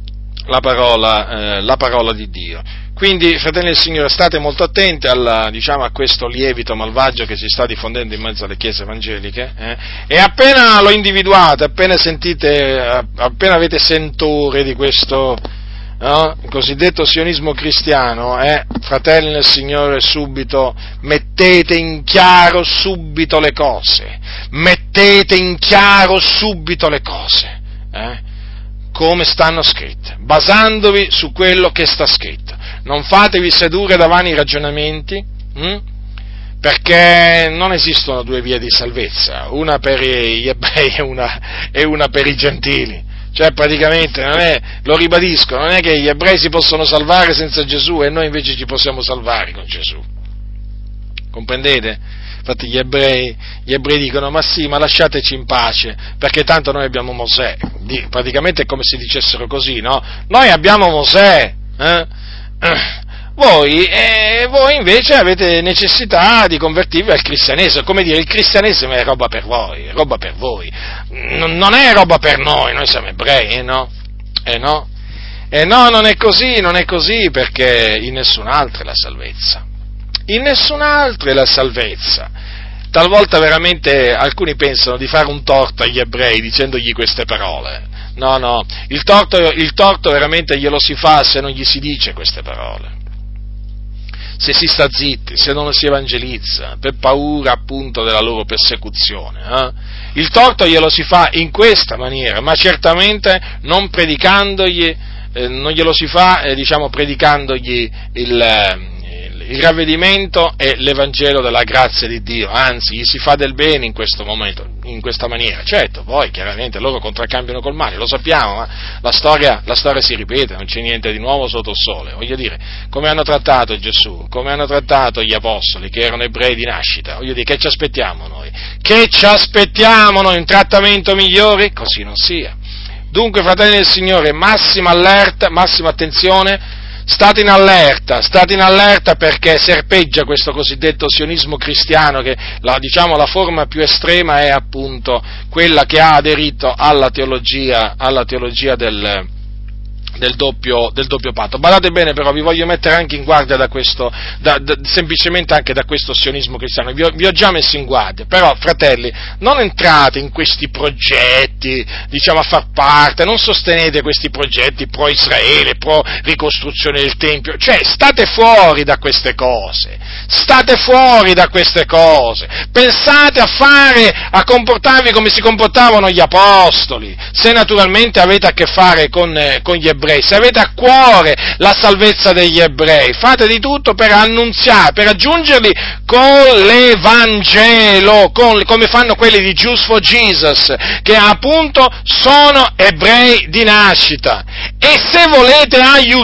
di Dio. Quindi, fratelli del Signore, state molto attenti a questo lievito malvagio che si sta diffondendo in mezzo alle chiese evangeliche, e appena lo individuate, appena avete sentore di questo, il cosiddetto sionismo cristiano, fratelli nel Signore, subito mettete in chiaro subito le cose, come stanno scritte, basandovi su quello che sta scritto. Non fatevi sedurre da vani ragionamenti, perché non esistono due vie di salvezza, una per gli ebrei e una per i gentili. Cioè, praticamente, lo ribadisco, non è che gli ebrei si possono salvare senza Gesù e noi invece ci possiamo salvare con Gesù. Comprendete? Infatti gli ebrei dicono, ma sì, ma lasciateci in pace, perché tanto noi abbiamo Mosè. Praticamente è come se dicessero così, no? Noi abbiamo Mosè, Voi invece avete necessità di convertirvi al cristianesimo, come dire, il cristianesimo è roba per voi, non è roba per noi siamo ebrei, no? No, non è così, perché in nessun altro è la salvezza, Talvolta veramente alcuni pensano di fare un torto agli ebrei dicendogli queste parole. No, il torto veramente glielo si fa se non gli si dice queste parole. Se si sta zitti, se non si evangelizza, per paura appunto della loro persecuzione. Il torto glielo si fa in questa maniera, ma certamente non predicandogli non glielo si fa, predicandogli il ravvedimento e l'Evangelo della grazia di Dio, anzi, gli si fa del bene in questo momento, in questa maniera. Certo, poi chiaramente loro contraccambiano col male, lo sappiamo, ma la storia si ripete, non c'è niente di nuovo sotto il sole. Voglio dire, come hanno trattato Gesù, come hanno trattato gli apostoli, che erano ebrei di nascita, voglio dire, che ci aspettiamo noi? Che ci aspettiamo noi? Un trattamento migliore? Così non sia. Dunque, fratelli del Signore, massima allerta, massima attenzione. State in allerta perché serpeggia questo cosiddetto sionismo cristiano che la forma più estrema è appunto quella che ha aderito alla teologia del doppio patto. Badate bene però, vi voglio mettere anche in guardia da questo, semplicemente anche da questo sionismo cristiano, vi ho già messo in guardia, però fratelli, non entrate in questi progetti, a far parte, non sostenete questi progetti pro Israele, pro ricostruzione del Tempio, state fuori da queste cose, pensate a comportarvi come si comportavano gli apostoli, se naturalmente avete a che fare con gli ebrei, se avete a cuore la salvezza degli ebrei, fate di tutto per annunziare, per aggiungerli con l'Evangelo, come fanno quelli di Jews for Jesus, che appunto sono ebrei di nascita. E se volete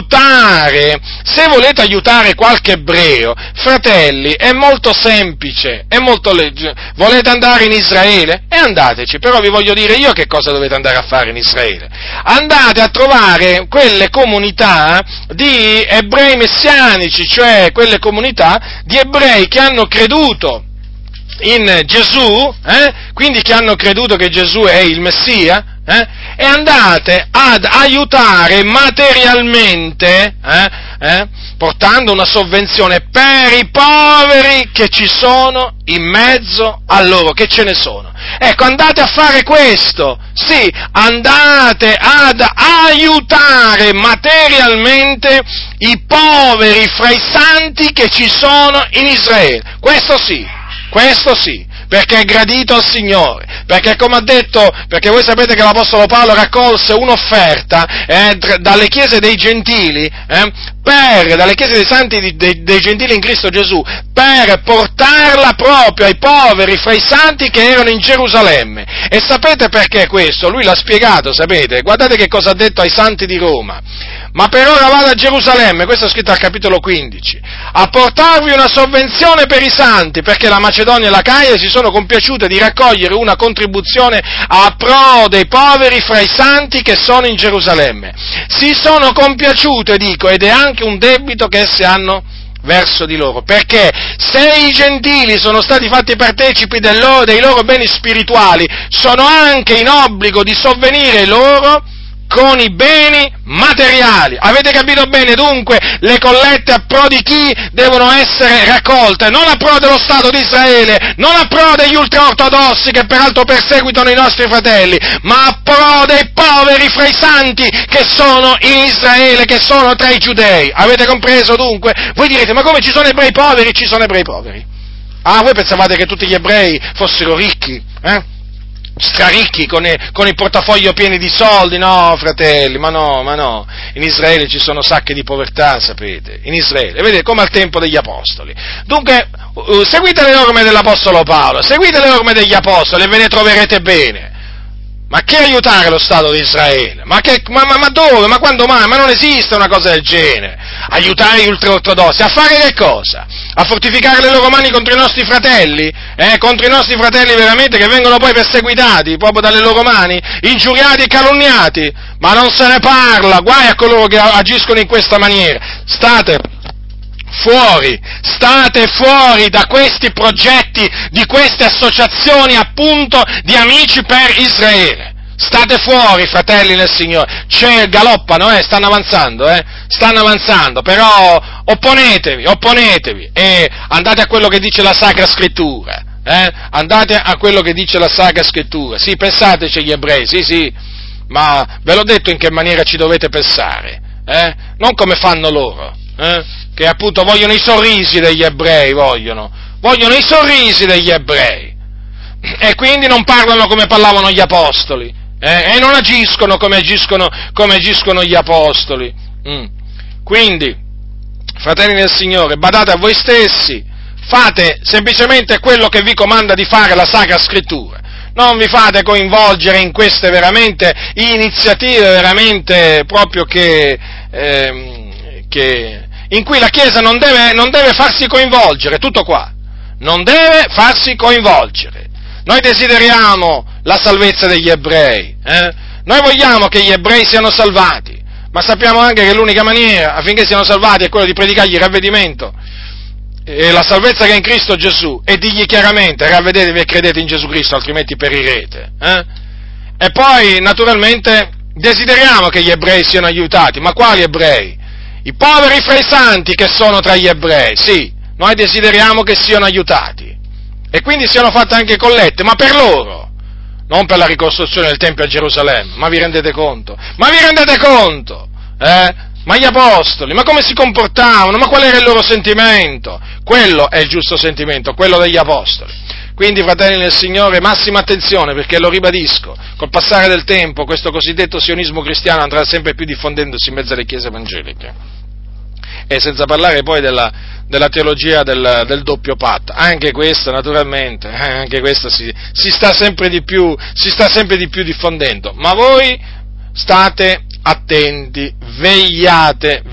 aiutare qualche ebreo, fratelli, è molto semplice, volete andare in Israele? E andateci, però vi voglio dire io che cosa dovete andare a fare in Israele. Andate a trovare quelle comunità di ebrei messianici, cioè quelle comunità di ebrei che hanno creduto in Gesù, quindi che hanno creduto che Gesù è il Messia, e andate ad aiutare materialmente, portando una sovvenzione per i poveri che ci sono in mezzo a loro, che ce ne sono. Ecco, andate a fare questo, sì, andate ad aiutare materialmente i poveri fra i santi che ci sono in Israele. Questo sì, perché è gradito al Signore, perché come ha detto, perché voi sapete che l'Apostolo Paolo raccolse un'offerta dalle chiese dei gentili, dalle chiese dei santi dei gentili in Cristo Gesù, per portarla proprio ai poveri fra i santi che erano in Gerusalemme. E sapete perché questo? Lui l'ha spiegato, sapete? Guardate che cosa ha detto ai santi di Roma. Ma per ora vado a Gerusalemme, questo è scritto al capitolo 15, a portarvi una sovvenzione per i santi, perché la Macedonia e l'Acaia si sono compiaciute di raccogliere una contribuzione a pro dei poveri fra i santi che sono in Gerusalemme. Si sono compiaciute, dico, ed è anche un debito che esse hanno verso di loro, perché se i gentili sono stati fatti partecipi dei loro beni spirituali, sono anche in obbligo di sovvenire loro con i beni materiali. Avete capito bene? Dunque, le collette a pro di chi devono essere raccolte? Non a pro dello Stato di Israele, non a pro degli ultraortodossi che peraltro perseguitano i nostri fratelli, ma a pro dei poveri fra i santi che sono in Israele, che sono tra i giudei. Avete compreso dunque? Voi direte, ma come ci sono ebrei poveri? Ci sono ebrei poveri. Ah, voi pensavate che tutti gli ebrei fossero ricchi, straricchi con i portafoglio pieni di soldi? No, fratelli, ma no, in Israele ci sono sacche di povertà, sapete, in Israele, vedete, come al tempo degli apostoli. Dunque, seguite le orme dell'apostolo Paolo, seguite le orme degli apostoli e ve ne troverete bene. Ma che aiutare lo Stato di Israele? Ma dove? Ma quando mai? Ma non esiste una cosa del genere. Aiutare gli ultraortodossi, a fare che cosa? A fortificare le loro mani contro i nostri fratelli? Contro i nostri fratelli veramente che vengono poi perseguitati proprio dalle loro mani, ingiuriati e calunniati? Ma non se ne parla, guai a coloro che agiscono in questa maniera. State fuori da questi progetti, di queste associazioni appunto di amici per Israele. State fuori, fratelli nel Signore. Galoppano, stanno avanzando, però opponetevi e andate a quello che dice la Sacra Scrittura. Andate a quello che dice la Sacra Scrittura. Sì, pensateci gli ebrei, sì, ma ve l'ho detto in che maniera ci dovete pensare, non come fanno loro, che appunto vogliono i sorrisi degli ebrei, vogliono i sorrisi degli ebrei, e quindi non parlano come parlavano gli apostoli, e non agiscono come agiscono gli apostoli. Quindi, fratelli del Signore, badate a voi stessi, fate semplicemente quello che vi comanda di fare la Sacra Scrittura. Non vi fate coinvolgere in queste veramente iniziative veramente proprio in cui la Chiesa non deve farsi coinvolgere, tutto qua. Non deve farsi coinvolgere. Noi desideriamo la salvezza degli ebrei, Noi vogliamo che gli ebrei siano salvati, ma sappiamo anche che l'unica maniera affinché siano salvati è quella di predicargli il ravvedimento e la salvezza che è in Cristo Gesù, e digli chiaramente: ravvedetevi e credete in Gesù Cristo, altrimenti perirete. E poi, naturalmente, desideriamo che gli ebrei siano aiutati, ma quali ebrei? I poveri fra i santi che sono tra gli ebrei, sì, noi desideriamo che siano aiutati, e quindi siano fatte anche collette, ma per loro, non per la ricostruzione del Tempio a Gerusalemme. Ma vi rendete conto? Ma gli apostoli, ma come si comportavano? Ma qual era il loro sentimento? Quello è il giusto sentimento, quello degli apostoli. Quindi, fratelli del Signore, massima attenzione, perché lo ribadisco, col passare del tempo questo cosiddetto sionismo cristiano andrà sempre più diffondendosi in mezzo alle chiese evangeliche. E senza parlare poi della teologia del doppio patto, anche questa naturalmente, anche questa si sta sempre di più diffondendo, ma voi state attenti, vegliate,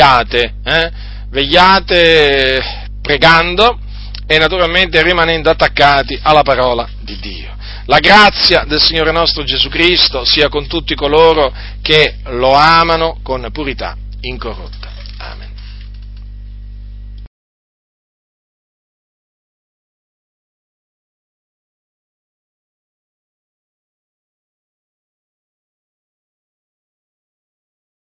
pregando e naturalmente rimanendo attaccati alla parola di Dio. La grazia del Signore nostro Gesù Cristo sia con tutti coloro che lo amano con purità incorrotta.